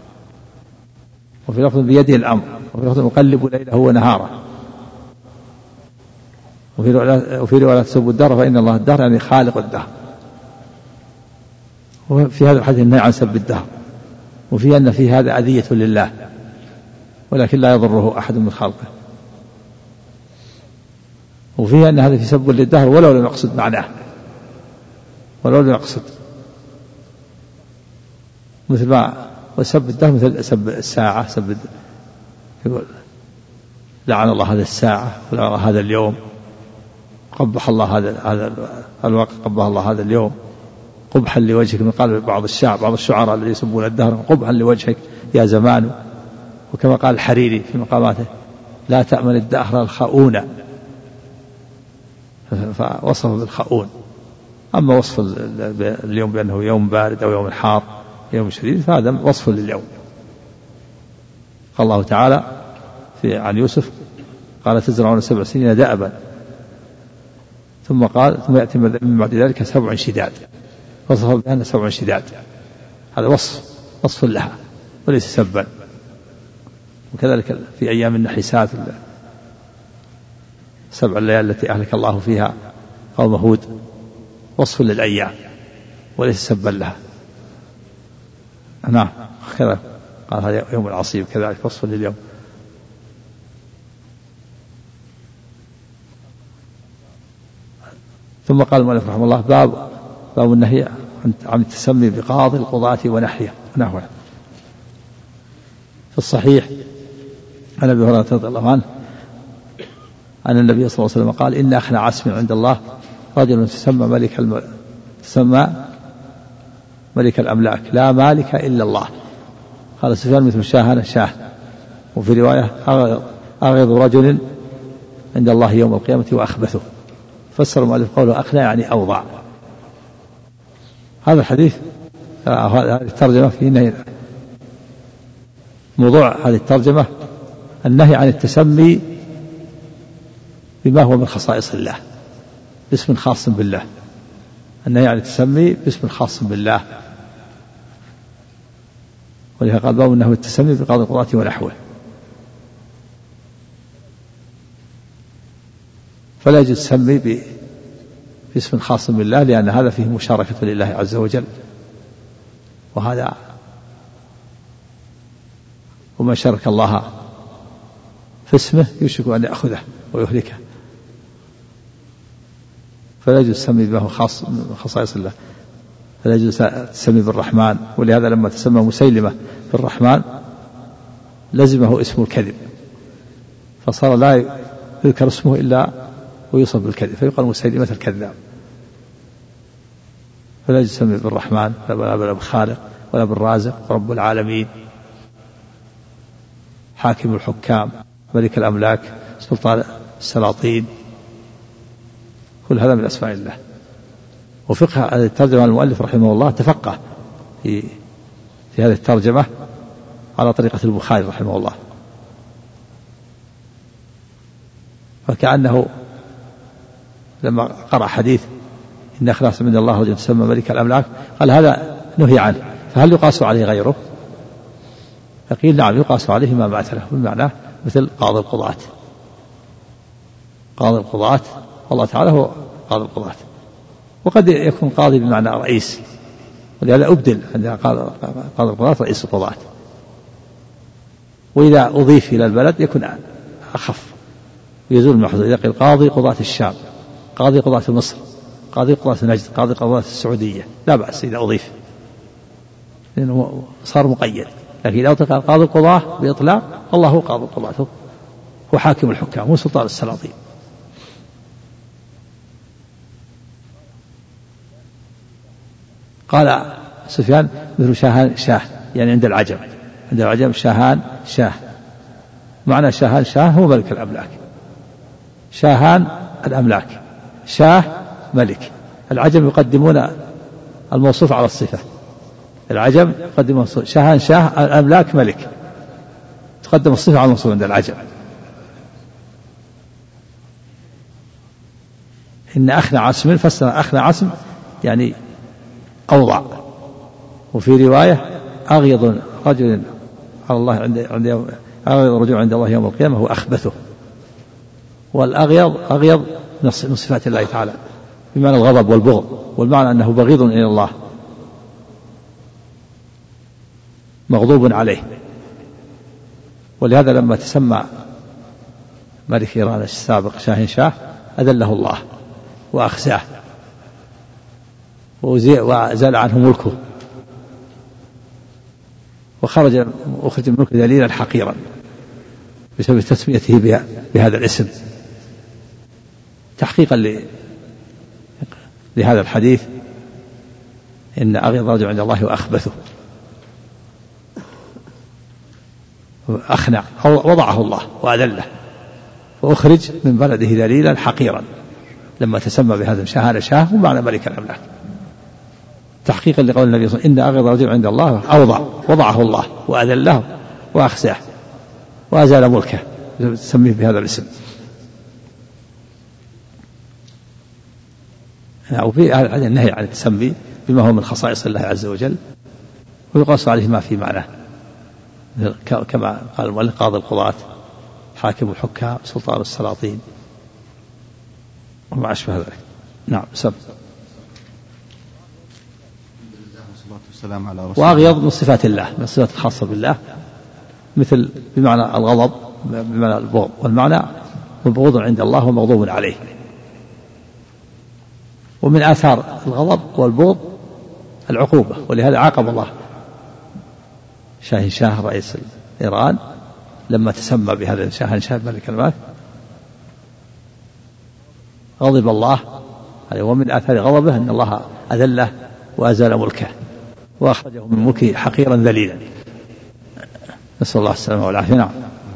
وفي لفظ بيده الأمر، وفي لفظ أقلب ليله ونهاره. وفي رواية لا تسبوا الدهر فإن الله الدهر يعني خالق الدهر. وفي هذا الحديث النهي عن سب الدهر، وفي أن في هذا أذية لله ولكن لا يضره أحد من خلقه، وفيه أن هذا في سب للدهر ولو لم يقصد معناه، ولو لم يقصد، مثل ما وسب الدهر مثل سب الساعة، يقول لعن الله هذا الساعة ولعن الله هذا اليوم، قبح الله هذا الوقت، قبح الله هذا اليوم، قبحا لوجهك، من قال بعض الشعراء الذين يسبون الدهر قبحا لوجهك يا زمان. وكما قال الحريري في مقاماته لا تأمن الدهر الخؤون، فوصف بالخؤون. أما وصف اليوم بأنه يوم بارد أو يوم حار يوم شديد فهذا وصف لليوم. قال الله تعالى عن يوسف قال تزرعون 7 سنين دأبا، ثم قال ثم يأتي من بعد ذلك 7 شداد، وصف بأن 7 شداد، هذا وصف لها وليس سبا. وكذلك في أيام النحسات 7 الليال التي أهلك الله فيها قوم هود، وصف للأيام وليس سبا لها. نعم كذا قال هذا يوم العصيب، كذلك وصف لليوم. ثم قال المؤلف رحمه الله باب النهي عن التسمي بقاضي القضاة ونحوه. في الصحيح عن أبي هريرة رضي الله عنه أن النبي صلى الله عليه وسلم قال إن أخنع عسم عند الله رجل تسمى ملك الأملاك لا مالك إلا الله. قال سفيان مثل شاهنا شاه. وفي رواية أغض رجل عند الله يوم القيامة وأخبثه. فسر المؤلف قوله أخنع يعني أوضع. هذا الحديث هذه الترجمة في نهي، موضوع هذه الترجمة النهي عن التسمي بما هو من خصائص الله باسم خاص بالله، النهي عن التسمي باسم خاص بالله. ولهذا قال باب أنه التسمي بقاضي القضاة ونحوه. فلا يجوز التسمي باسم خاص بالله، لأن هذا فيه مشاركة لله عز وجل، وهذا وما شارك الله في اسمه يوشك أن يأخذه ويهلكه. فلا يجوز التسمي به خاص من خصائص الله، فلا يجوز التسمي بالرحمن. ولهذا لما تسمى مسيلمة بالرحمن لزمه اسم الكذب، فصار لا يذكر اسمه إلا ويوصف بالكذب، فيقال مسيلمة الكذاب. فلا يجوز التسمي بالرحمن ولا بالخالق ولا بالرازق رب العالمين، حاكم الحكام، ملك الأملاك، سلطان السلاطين، كل هذا من أسماء الله. وفقه هذه الترجمة المؤلف رحمه الله تفقه في هذه الترجمة على طريقة البخاري رحمه الله، فكأنه لما قرأ حديث إن أخلاص من الله رجل تسمى ملك الأملاك قال هذا نهي عنه، فهل يقاس عليه غيره؟ فقيل نعم يقاس عليه ما مات له، بمعنى مثل قاضي القضاة. قاضي القضاة الله تعالى هو قاضي القضاة، وقد يكون قاضي بمعنى رئيس، ولهذا أبدل عندها قاضي القضاة رئيس القضاة. وإذا أضيف إلى البلد يكون أخف ويزول المحظور. إذا قيل قاضي قضاة الشام، قاضي قضاة مصر، قاضي قضاة نجد، قاضي قضاة السعودية، لا بأس إذا أضيف، لأنه صار مقيد. لكن لو قال قاضي القضاة بإطلاق، الله هو قاضي القضاة، هو حاكم الحكام، هو سلطان السلاطين. قال سفيان مثل شاهان شاه، يعني عند العجم، عند العجم شاهان شاه، معنى شاهان شاه هو ملك الأملاك، شاهان الأملاك، شاه ملك. العجم يقدمون الموصوف على الصفة، العجم يقدمون شاهان شاه الأملاك ملك، تقدم الصفة على الموصوف عند العجم. إن أخنع عصم، فسر أخنع عصم يعني أوضع، وفي رواية أغيض رجل على الله عند أغيض رجل عند الله يوم القيامة هو أخبثه. والأغيض أغيض من صفات الله تعالى بمعنى الغضب والبغض، والمعنى أنه بغيض إلى الله مغضوب عليه. ولهذا لما تسمى ملك إيران السابق شاهين شاه أذله الله وأخزاه وزال عنه ملكه، وأخرج من ملكه ذليلا حقيرا بسبب تسميته بهذا الاسم، تحقيقا لهذا الحديث إن أغيض رجل عند الله وأخبثه. أخنع وضعه الله وأذله وأخرج من بلده ذليلا حقيرا، لما تسمى بهذا شاهان شاه ومعنى ملك الأملاك، تحقيقا لقول النبي صلى الله عليه وسلم إن أغيض رجل عند الله أوضع، وضعه الله وأذله وأخزاه وأزال ملكه، تسميه بهذا الاسم. وفي النهي عن التسمي بما هو من خصائص الله عز وجل، ويقاس عليه ما في معناه، كما قال المؤلف قاضي القضاة، حاكم الحكام، سلطان السلاطين، وما أشبه ذلك. نعم. سم. وأغيض من صفات الله، من الصفات الخاصة بالله، مثل بمعنى الغضب، بمعنى البغض، والمعنى مبغوض عند الله ومغضوب عليه. ومن آثار الغضب والبغض العقوبة، ولهذا عاقب الله شاهين شاه رئيس إيران لما تسمى بهذا شاهين شاه ملك الملك، غضب الله عليه. ومن آثار غضبه أن الله أذله وأزال ملكه وأخرجه من ملكه حقيرا ذليلا، نسأل الله السلامة والعافية. نعم.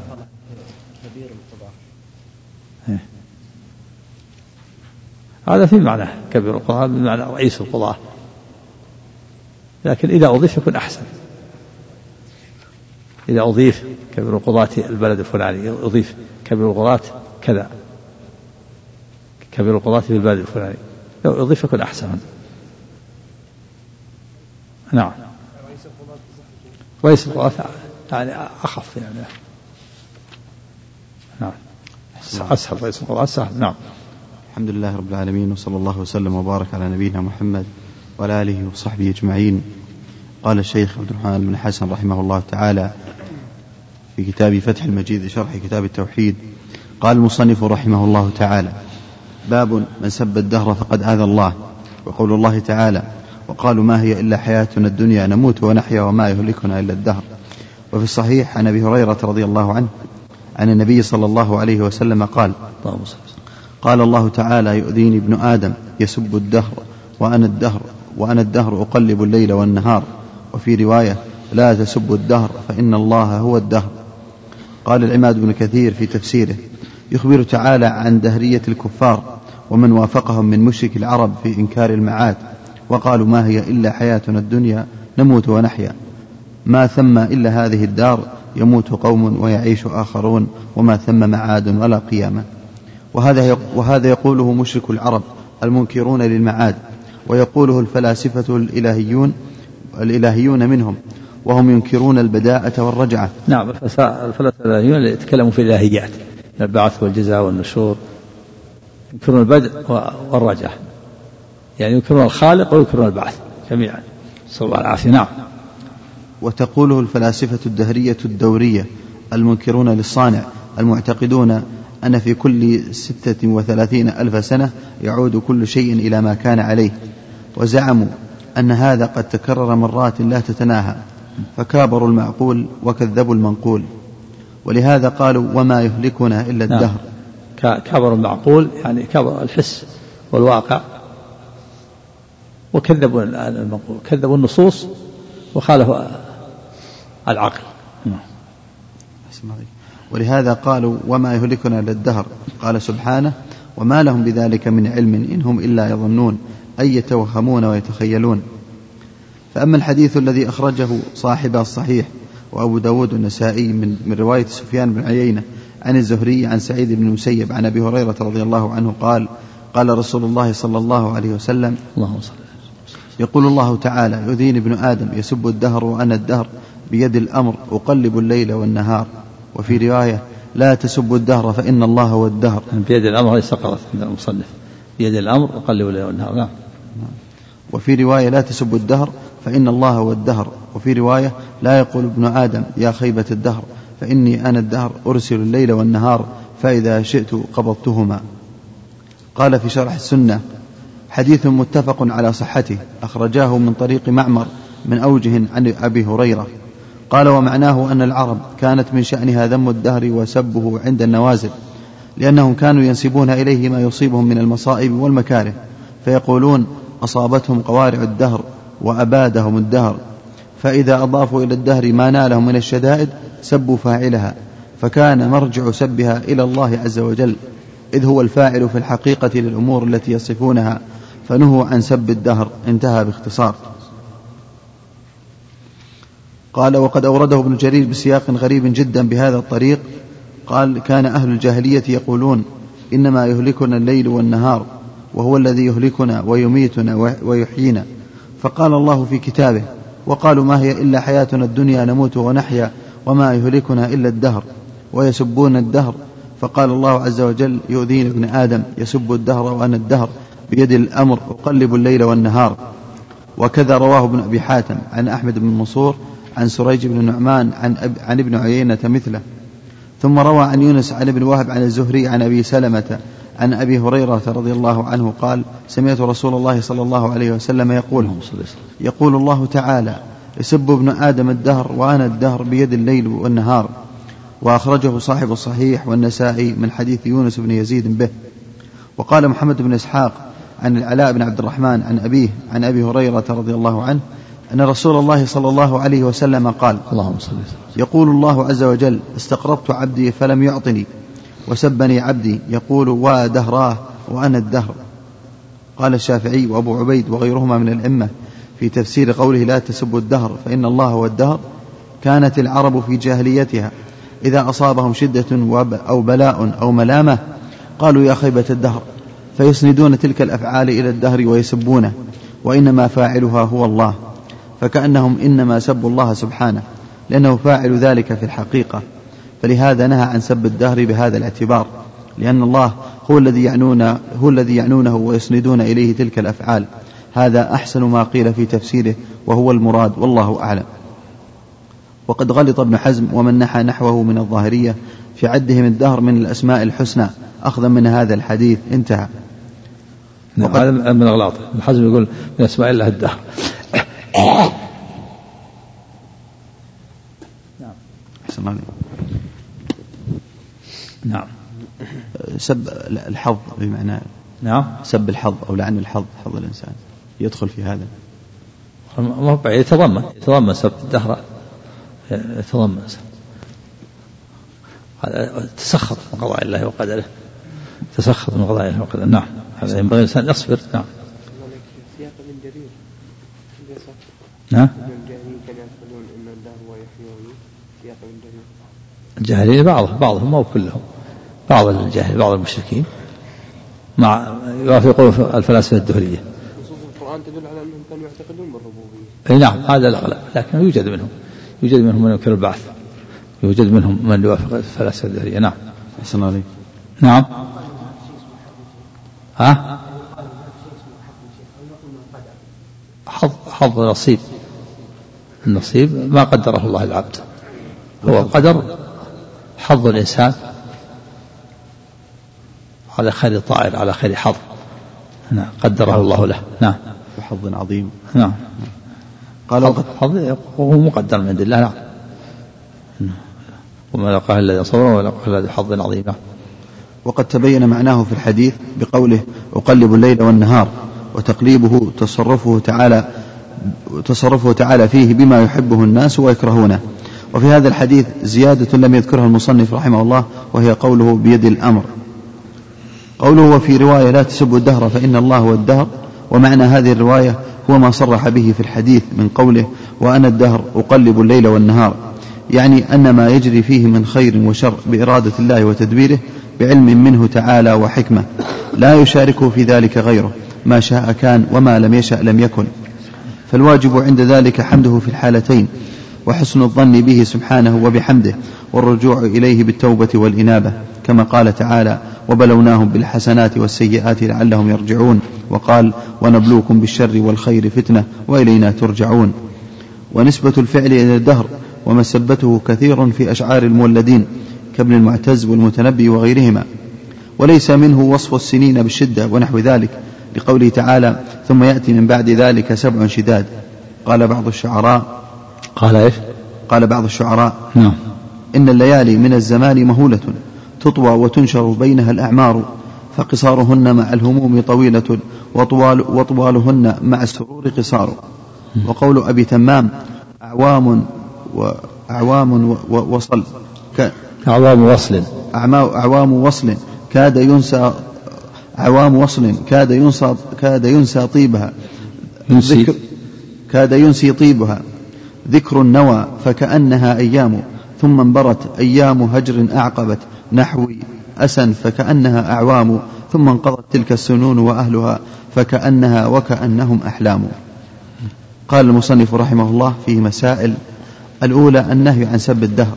هذا في معنى كبير القضاة بمعنى رئيس القضاة، لكن إذا أضيف يكون أحسن. إذا أضيف كبير القضاة البلد الفلاني، أضيف كبير القضاة كذا، كبير القضاة في البلد الفلاني، لو أضيف يكون أحسن. نعم. رئيس القضاة يعني أخف يعني. نعم. أسهل رئيس القضاة سهل. نعم. الحمد لله رب العالمين، وصلى الله وسلم وبارك على نبينا محمد وعلى آله وصحبه أجمعين. قال الشيخ عبد الرحمن بن حسن رحمه الله تعالى في كتاب فتح المجيد شرح كتاب التوحيد، قال المصنف رحمه الله تعالى: باب من سب الدهر فقد آذى الله. وقول الله تعالى: وقالوا ما هي إلا حياتنا الدنيا نموت ونحيا وما يهلكنا إلا الدهر. وفي الصحيح عن أبي هريرة رضي الله عنه عن النبي صلى الله عليه وسلم قال: قال الله تعالى: يؤذيني ابن آدم يسب الدهر وأنا الدهر أقلب الليل والنهار. وفي رواية: لا تسبوا الدهر فإن الله هو الدهر. قال العماد بن كثير في تفسيره: يخبر تعالى عن دهرية الكفار ومن وافقهم من مشرك العرب في إنكار المعاد، وقالوا ما هي إلا حياتنا الدنيا نموت ونحيا، ما ثم إلا هذه الدار يموت قوم ويعيش آخرون وما ثم معاد ولا قيامة. وهذا يقوله مشرك العرب المنكرون للمعاد، ويقوله الفلاسفة الإلهيون منهم وهم ينكرون البداءة والرجعة. نعم. الفلاسفة الإلهيون يتكلموا في الإلهيات، البعث والجزاء والنشور، ينكرون البدء والرجعة، يعني ينكرون الخالق وينكرون البعث جميعا، صلى الله العافية. نعم. وتقوله الفلاسفة الدهرية الدورية المنكرون للصانع المعتقدون أن في كل 36,000 سنة يعود كل شيء إلى ما كان عليه، وزعموا أن هذا قد تكرر مرات لا تتناهى، فكابروا المعقول وكذبوا المنقول، ولهذا قالوا وما يهلكنا إلا الدهر. كابروا المعقول يعني كابر الحس والواقع، وكذبوا المنقول، كذبوا النصوص وخالفوا العقل. ولهذا قالوا وما يهلكنا إلا الدهر. قال سبحانه وما لهم بذلك من علم إن هم إلا يظنون أي يتوهمون ويتخيلون. فأما الحديث الذي أخرجه صاحب الصحيح وأبو داود النسائي من رواية سفيان بن عيينة عن الزهري عن سعيد بن المسيب عن أبي هريرة رضي الله عنه قال قال رسول الله صلى الله عليه وسلم يقول الله تعالى يؤذيني ابن آدم يسب الدهر وأنا الدهر بيد الأمر أقلب الليل والنهار. وفي رواية لا تسبوا الدهر فإن الله هو الدهر. بيد الأمر هي سقطت عند المصنف، بيد الأمر أقلب الليل والنهار. نعم. وفي رواية لا تسبوا الدهر فإن الله هو الدهر. وفي رواية لا يقول ابن آدم يا خيبة الدهر فإني أنا الدهر أرسل الليل والنهار فإذا شئت قبضتهما. قال في شرح السنة حديث متفق على صحته أخرجاه من طريق معمر من أوجه عن أبي هريرة. قال ومعناه أن العرب كانت من شأنها ذم الدهر وسبه عند النوازل، لأنهم كانوا ينسبون إليه ما يصيبهم من المصائب والمكاره، فيقولون أصابتهم قوارع الدهر وأبادهم الدهر، فإذا أضافوا إلى الدهر ما نالهم من الشدائد سبوا فاعلها، فكان مرجع سبها إلى الله عز وجل، إذ هو الفاعل في الحقيقة للأمور التي يصفونها، فنهوا عن سب الدهر. انتهى باختصار. قال وقد أورده ابن جرير بسياق غريب جدا بهذا الطريق. قال كان أهل الجاهلية يقولون إنما يهلكنا الليل والنهار وهو الذي يهلكنا ويميتنا ويحيينا، فقال الله في كتابه وقالوا ما هي إلا حياتنا الدنيا نموت ونحيا وما يهلكنا إلا الدهر ويسبون الدهر، فقال الله عز وجل يؤذين ابن آدم يسب الدهر وأنا الدهر بيد الأمر أقلب الليل والنهار. وكذا رواه ابن أبي حاتم عن أحمد بن منصور عن سريج بن النعمان عن ابن عيينة مثله. ثم روى عن يونس عن ابن وهب عن الزهري عن أبي سلمة عن أبي هريرة رضي الله عنه قال سمعت رسول الله صلى الله عليه وسلم يقول الله تعالى يسب ابن آدم الدهر وأنا الدهر بيد الليل والنهار. وأخرجه صاحب الصحيح والنسائي من حديث يونس بن يزيد به. وقال محمد بن إسحاق عن العلاء بن عبد الرحمن عن أبيه عن أبي هريرة رضي الله عنه أن رسول الله صلى الله عليه وسلم قال يقول الله عز وجل استقرضت عبدي فلم يعطني وسبني عبدي يقول ودهراه وأنا الدهر. قال الشافعي وأبو عبيد وغيرهما من الأئمة في تفسير قوله لا تسبوا الدهر فإن الله هو الدهر كانت العرب في جاهليتها إذا أصابهم شدة أو بلاء أو ملامة قالوا يا خيبة الدهر، فيسندون تلك الأفعال إلى الدهر ويسبونه، وإنما فاعلها هو الله، فكأنهم إنما سبوا الله سبحانه لأنه فاعل ذلك في الحقيقة. فلهذا نهى عن سب الدهر بهذا الاعتبار، لأن الله هو الذي يعنونه ويسندون إليه تلك الأفعال. هذا أحسن ما قيل في تفسيره وهو المراد والله أعلم. وقد غلط ابن حزم ومن نحى نحوه من الظاهرية في عدهم الدهر من الأسماء الحسنى أخذا من هذا الحديث. انتهى. هذا من الأغلاط. ابن حزم يقول من أسماء الله الدهر. نعم. سب الحظ بمعنى نعم سب الحظ أو لعن الحظ، حظ الإنسان يدخل في هذا. يتضمن سب الدهر، يتضمن تسخط من قضاء الله وقدره، تسخط من قضاء الله وقدره. نعم هذا ينبغي الإنسان يصبر. نعم. سياق من جرير. نعم. الجاهلين بعضهم أو كلهم، بعض الجاهل بعض المشركين مع يوافقون الفلاسفة الدهرية. نصوص القرآن تدل على أنهم كانوا يعتقدون بالربوبية. نعم هذا الأغلب، لكن يوجد منهم من ينكر البعث، يوجد منهم من يوافق الفلاسفة الدهرية. نعم. أحسن عليك. نعم. حظ نصيب، النصيب ما قدره الله العبد، هو قدر حظ الإنسان على خير طائر على خير حظ. نعم قدره الله له. نعم. وحظ عظيم. نعم. قال هو مقدر من عند الله. نعم. وما لقاه الذي صبر وما لقاه الذي حظ عظيم. وقد تبين معناه في الحديث بقوله أقلب الليل والنهار، وتقليبه تصرفه تعالى فيه بما يحبه الناس ويكرهونه. وفي هذا الحديث زيادة لم يذكرها المصنف رحمه الله، وهي قوله بيد الأمر. قوله وفي رواية لا تسبوا الدهر فإن الله هو الدهر، ومعنى هذه الرواية هو ما صرح به في الحديث من قوله وأنا الدهر أقلب الليل والنهار، يعني أن ما يجري فيه من خير وشر بإرادة الله وتدبيره بعلم منه تعالى وحكمة، لا يشاركه في ذلك غيره، ما شاء كان وما لم يشأ لم يكن. فالواجب عند ذلك حمده في الحالتين، وحسن الظن به سبحانه وبحمده، والرجوع إليه بالتوبة والإنابة، كما قال تعالى وبلوناهم بالحسنات والسيئات لعلهم يرجعون، وقال ونبلوكم بالشر والخير فتنة وإلينا ترجعون. ونسبة الفعل إلى الدهر ومسبته كثير في أشعار المولدين كابن المعتز والمتنبي وغيرهما، وليس منه وصف السنين بالشدة ونحو ذلك، لقوله تعالى ثم يأتي من بعد ذلك 7 شداد. قال بعض الشعراء نعم. إن الليالي من الزمان مهولة تطوى وتنشر بينها الأعمار، فقصارهن مع الهموم طويلة وطوالهن مع السرور قصار. وقول أبي تمام أعوام وصل كاد ينسى طيبها ذكر النوى فكأنها أيام، ثم انبرت أيام هجر أعقبت نحوي أسن فكأنها أعوام، ثم انقضت تلك السنون وأهلها فكأنها وكأنهم أحلام. قال المصنف رحمه الله فيه مسائل: الأولى النهي عن سب الدهر.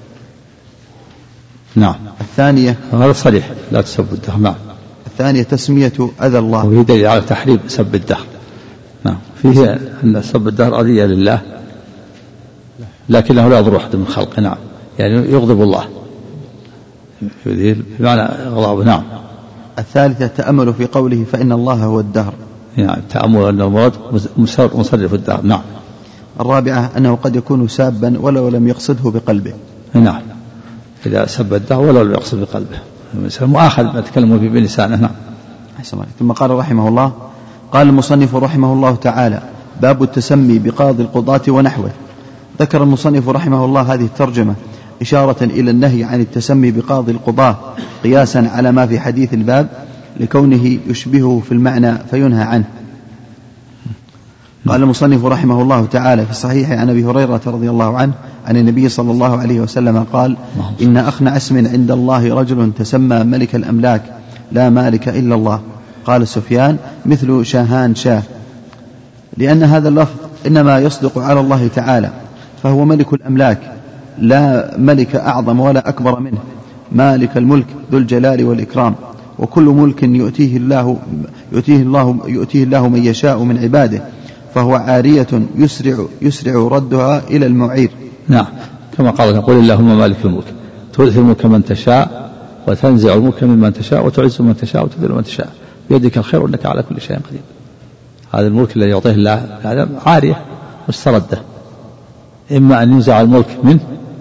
نعم. الثانية هذا صريح لا تسب الدهر. نعم. الثانية تسمية أذى الله، وهي دليل على تحريم سب الدهر. نعم. فيه أن سب الدهر أذية لله لكنه لا يضر أحد من خلقه. نعم. يعني يغضب الله بمعنى غضب. نعم. الثالثة التأمل في قوله فإن الله هو الدهر. يعني تأمل أن المراد مصرف الدهر. نعم. الرابعة أنه قد يكون سابا ولو لم يقصده بقلبه. نعم. إذا سب الدهر ولو لم يقصد بقلبه مؤاخذ ما تكلموا فيه بلسانه. نعم. ثم قال رحمه الله: قال المصنف رحمه الله تعالى: باب التسمي بقاضي القضاة ونحوه. ذكر المصنف رحمه الله هذه الترجمة إشارة إلى النهي عن التسمي بقاضي القضاة قياسا على ما في حديث الباب لكونه يشبهه في المعنى فينهى عنه. قال المصنف رحمه الله تعالى في الصحيح عن أبي هريرة رضي الله عنه عن النبي صلى الله عليه وسلم قال: إن أخنع اسم عند الله رجل تسمى ملك الأملاك لا مالك إلا الله. قال سفيان: مثل شاهان شاه، لأن هذا اللفظ إنما يصدق على الله تعالى، فهو ملك الأملاك لا ملك أعظم ولا أكبر منه، مالك الملك ذو الجلال والإكرام، وكل ملك يؤتيه الله من يشاء من عباده، فهو عارية يسرع ردها إلى المعير. نعم. كما قال: قل اللهم مالك الملك تؤتي الملك من تشاء وتنزع الملك ممن تشاء وتعز من تشاء وتذل من تشاء بيدك الخير إنك على كل شيء قدير. هذا الملك الذي يعطيه الله هذا عارية مستردة، إما أن ينزع الملك منه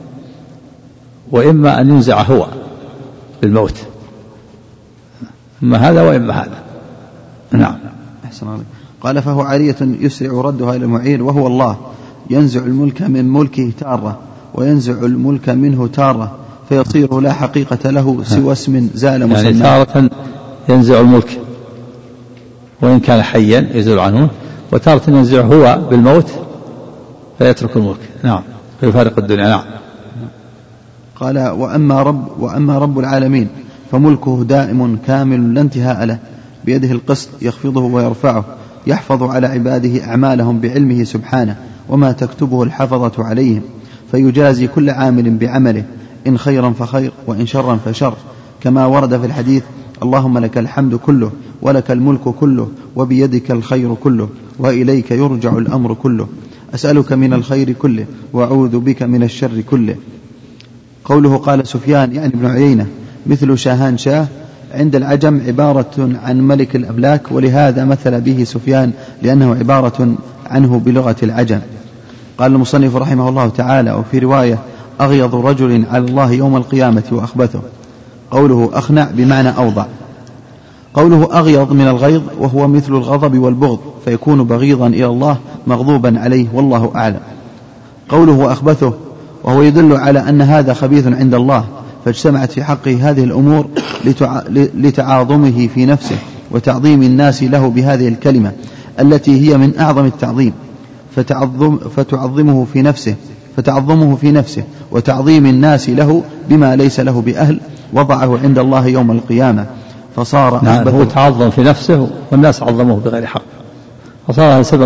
وإما أن ينزع هو بالموت، إما هذا وإما هذا. نعم. أحسن عليك. قال: فهو عارية يسرع ردها إلى المعير، وهو الله ينزع الملك من ملكه تارة وينزع الملك منه تارة، فيصير لا حقيقة له سوى اسم زال مسمى. يعني تارة ينزع الملك وإن كان حيا يزول عنه، وتارة ينزع هو بالموت فيترك الملك. نعم. فيفارق الدنيا. نعم. قال: وأما رب العالمين فملكه دائم كامل لا انتهاء له، بيده القسط يخفضه ويرفعه، يحفظ على عباده أعمالهم بعلمه سبحانه وما تكتبه الحفظة عليهم، فيجازي كل عامل بعمله، إن خيرا فخير وإن شرا فشر، كما ورد في الحديث: اللهم لك الحمد كله ولك الملك كله وبيدك الخير كله وإليك يرجع الأمر كله، أسألك من الخير كله وأعوذ بك من الشر كله. قوله قال سفيان يعني ابن عيينة مثل شاهان شاه عند العجم عبارة عن ملك الأملاك، ولهذا مثل به سفيان لأنه عبارة عنه بلغة العجم. قال المصنف رحمه الله تعالى: وفي رواية: أغيض رجل على الله يوم القيامة وأخبثه. قوله أخنع بمعنى أوضع. قوله أغيض من الغيظ، وهو مثل الغضب والبغض، فيكون بغيضا إلى الله مغضوبا عليه، والله أعلم. قوله أخبثه، وهو يدل على أن هذا خبيث عند الله، فاجتمعت في حقه هذه الأمور لتعاظمه في نفسه وتعظيم الناس له بهذه الكلمة التي هي من أعظم التعظيم، فتعظمه في نفسه وتعظيم الناس له بما ليس له بأهل، وضعه عند الله يوم القيامة فصار أخبثه. هو تعظم في نفسه والناس عظموه بغير حق، فصار سببا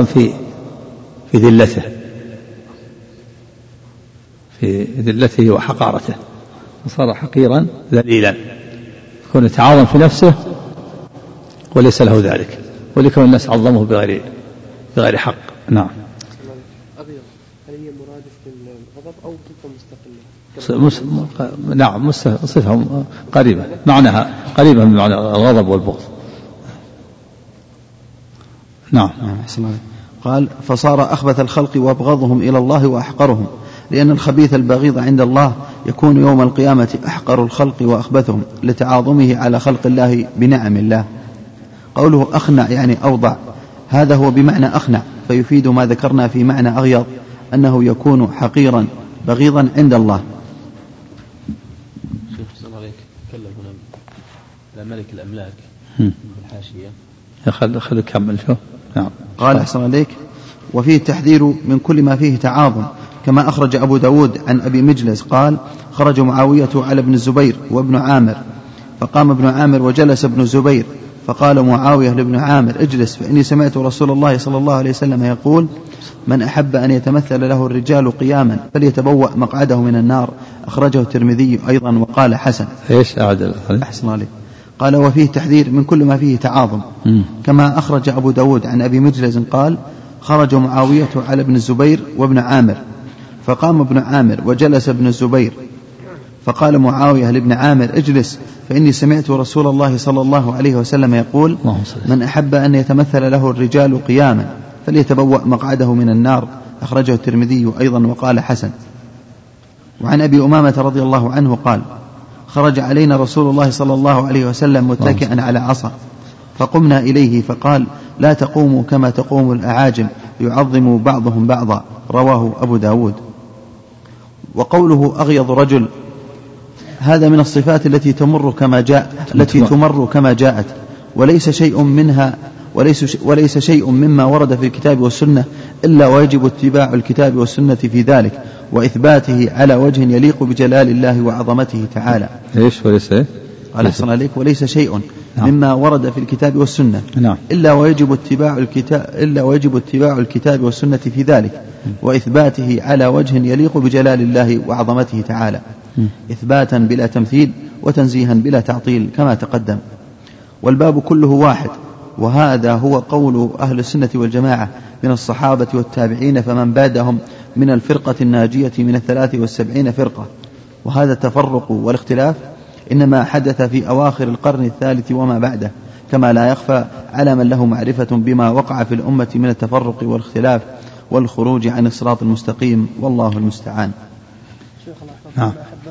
في ذلته وحقارته، فصار حقيرا ذليلا، يكون يتعاظم في نفسه وليس له ذلك، ولكون الناس عظموه بغير حق. نعم. أغيض هل هي مرادف بالغضب أو صفة مستقلة؟ نعم، صفة قريبة، معناها قريبة من معنى الغضب والبغض. نعم. قال: فصار أخبث الخلق وأبغضهم إلى الله وأحقرهم، لأن الخبيث البغيض عند الله يكون يوم القيامة أحقر الخلق وأخبثهم لتعاظمه على خلق الله بنعم الله. قوله أخنع يعني أوضع، هذا هو بمعنى أخنع، فيفيد ما ذكرنا في معنى أغيض أنه يكون حقيرا بغيضا عند الله. شيخ صلى الله عليك تكلم هنا على ملك الأملاك في الحاشية. خلي كمل شو. نعم. قال أحسن عليك: وفيه التحذير من كل ما فيه تعاظم، كما أخرج أبو داود عن أبي مجلس قال: خرج معاوية على ابن الزبير وابن عامر، فقام ابن عامر وجلس ابن الزبير، فقال معاوية لابن عامر: اجلس، فإني سمعت رسول الله صلى الله عليه وسلم يقول: من أحب أن يتمثل له الرجال قياما فليتبوأ مقعده من النار. أخرجه الترمذي أيضا وقال حسن. إيش أعدل؟ أحسن عليك. قال: وفيه تحذير من كل ما فيه تعاظم، كما أخرج أبو داود عن أبي مجلس قال: خرج معاوية على ابن الزبير وابن عامر، فقام ابن عامر وجلس ابن الزبير، فقال معاوية لابن عامر: اجلس، فإني سمعت رسول الله صلى الله عليه وسلم يقول: من أحب أن يتمثل له الرجال قياما فليتبوأ مقعده من النار. أخرجه الترمذي أيضا وقال حسن. وعن أبي أمامة رضي الله عنه قال: خرج علينا رسول الله صلى الله عليه وسلم متكئا على عصا، فقمنا إليه فقال: لا تقوموا كما تقوم الأعاجم يعظم بعضهم بعضا. رواه أبو داود. وقوله أغيض رجل، هذا من الصفات التي تمر كما جاءت، وليس شيء مما ورد في الكتاب والسنة إلا ويجب اتباع الكتاب والسنة في ذلك وإثباته على وجه يليق بجلال الله وعظمته تعالى. إيش وليس؟ قال أحسن عليك: وليس شيء مما ورد في الكتاب والسنة إلا ويجب اتباع الكتاب والسنة في ذلك وإثباته على وجه يليق بجلال الله وعظمته تعالى، إثباتا بلا تمثيل وتنزيها بلا تعطيل كما تقدم. والباب كله واحد، وهذا هو قول أهل السنة والجماعة من الصحابة والتابعين، فمن بعدهم من الفرقة الناجية من 73 فرقة. وهذا التفرق والاختلاف إنما حدث في أواخر القرن الثالث وما بعده، كما لا يخفى على من له معرفة بما وقع في الأمة من التفرق والاختلاف والخروج عن الصراط المستقيم، والله المستعان. نعم.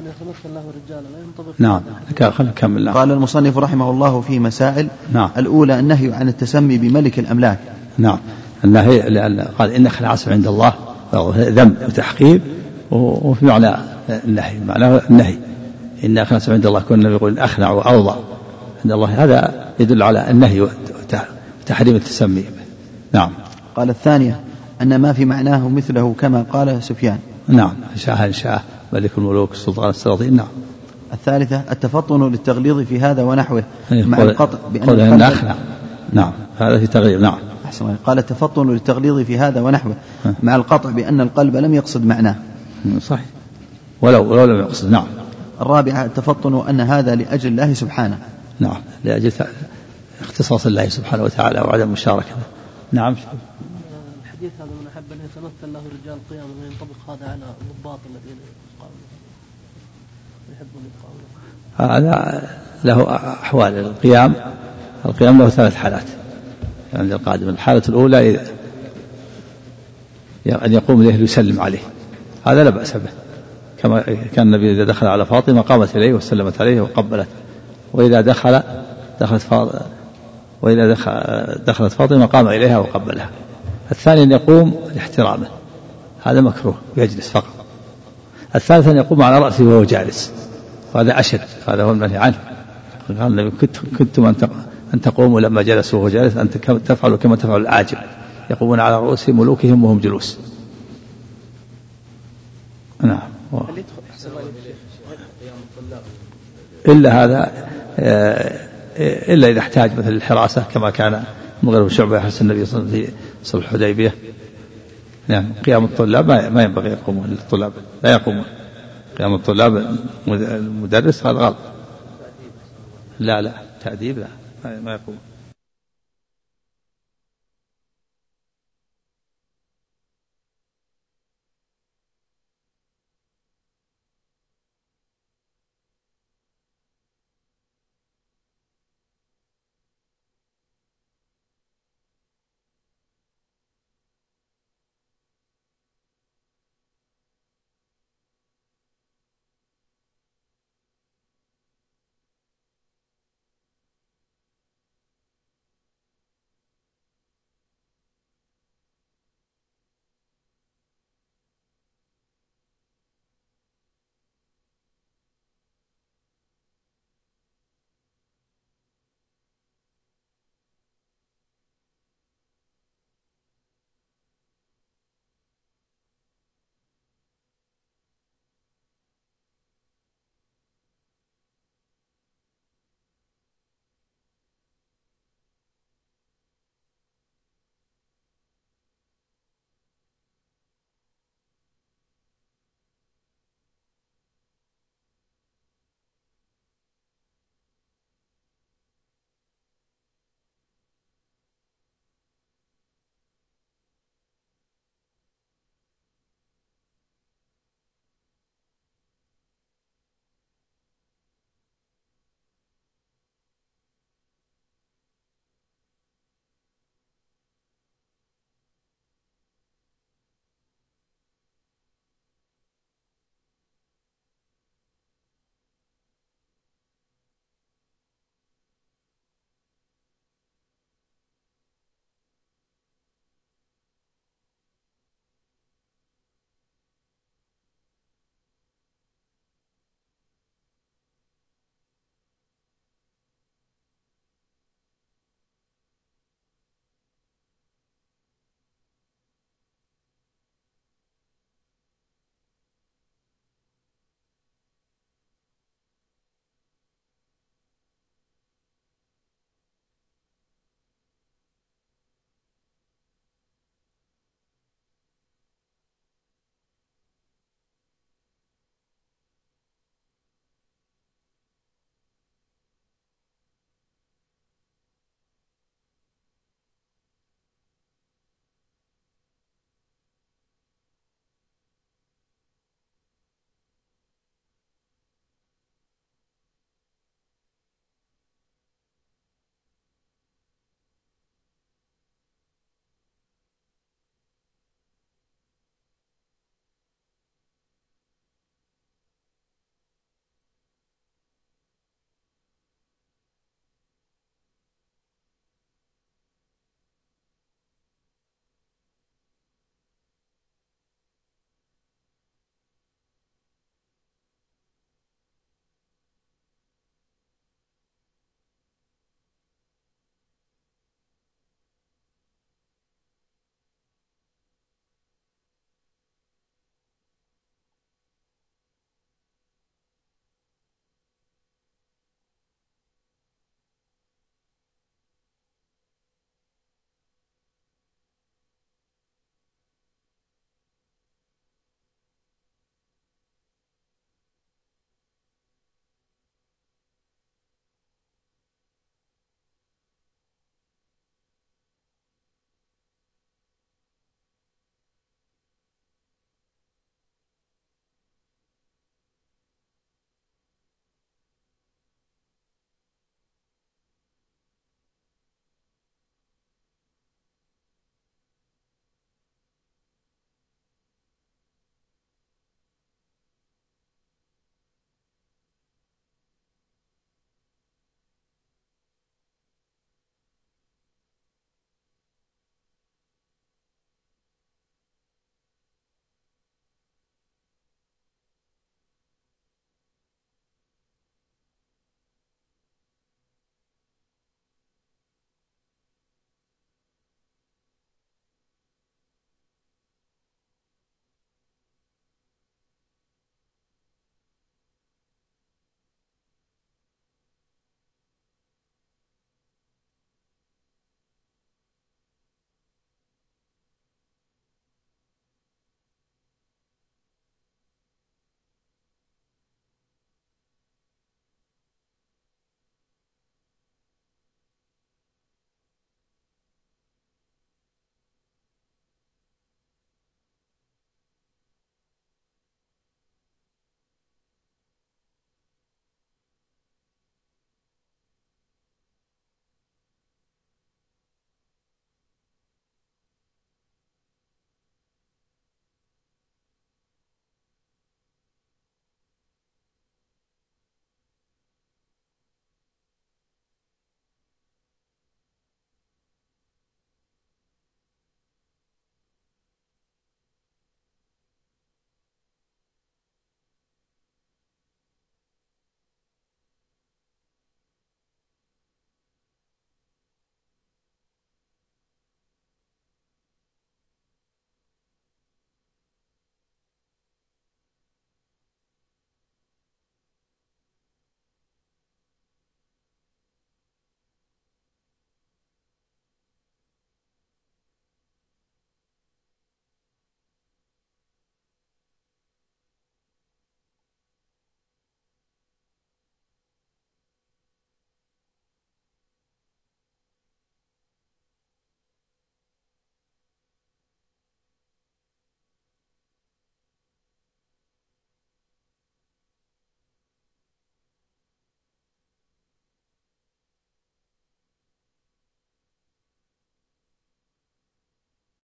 نعم. كمل. قال المصنف رحمه الله في مسائل. نعم. الأولى النهي عن التسمي بملك الأملاك. نعم. النهي قال إنك العاصم عند الله ذنب وتحقير، وفي معنى النهي، معناه النهي إنك العاصم عند الله، كنا يقول أخنع وأوضع عند الله، هذا يدل على النهي وتحريم التسمي. نعم. قال الثانية أن ما في معناه مثله كما قال سفيان. نعم. شاء ملك الملوك السلطان السلاطين. نعم. الثالثة التفطن للتغليظ في هذا ونحوه مع القطع بأن أخنع. نعم. هذا في تغليظ. نعم. قال التفطن للتغليظ في هذا ونحوه مع القطع بأن القلب لم يقصد معناه. صحيح، ولو لم يقصد. نعم. الرابعة التفطن أن هذا لأجل الله سبحانه. نعم، لأجل اختصاص الله سبحانه وتعالى وعدم مشاركته. نعم. الحديث هذا من أحب أن يتمثل له رجال قياما، وينطبق هذا على الضباط الذين يحبون القيام. هذا له أحوال. القيام له 3 حالات عند القادم. الحالة الأولى أن يقوم إليه ليسلم عليه، هذا لا بأس به، كما كان النبي إذا دخل على فاطمة قامت إليه وسلمت عليه وقبلت، وإذا دخلت فاطمة قام إليها وقبلها. الثاني أن يقوم لاحترامه، هذا مكروه يجلس فقط. الثالث أن يقوم على رأسه وهو جالس، وهذا أشد، هذا هو المنهي عنه. قال النبي كنتم أن تقوموا لما جلسوا وهو جالس أن تفعلوا كما تفعل الأعاجم يقومون على رؤوس ملوكهم وهم جلوس. نعم. إلا هذا إلا إذا احتاج مثل الحراسة كما كان المغيرة بن شعبة يحرس النبي صلى الله عليه وسلم في صلح الحديبية. نعم. قيام الطلاب ما ينبغي يقومون، للطلاب لا يقومون. قيام الطلاب المدرس هذا غلط. لا تأديب لا ما يقوم.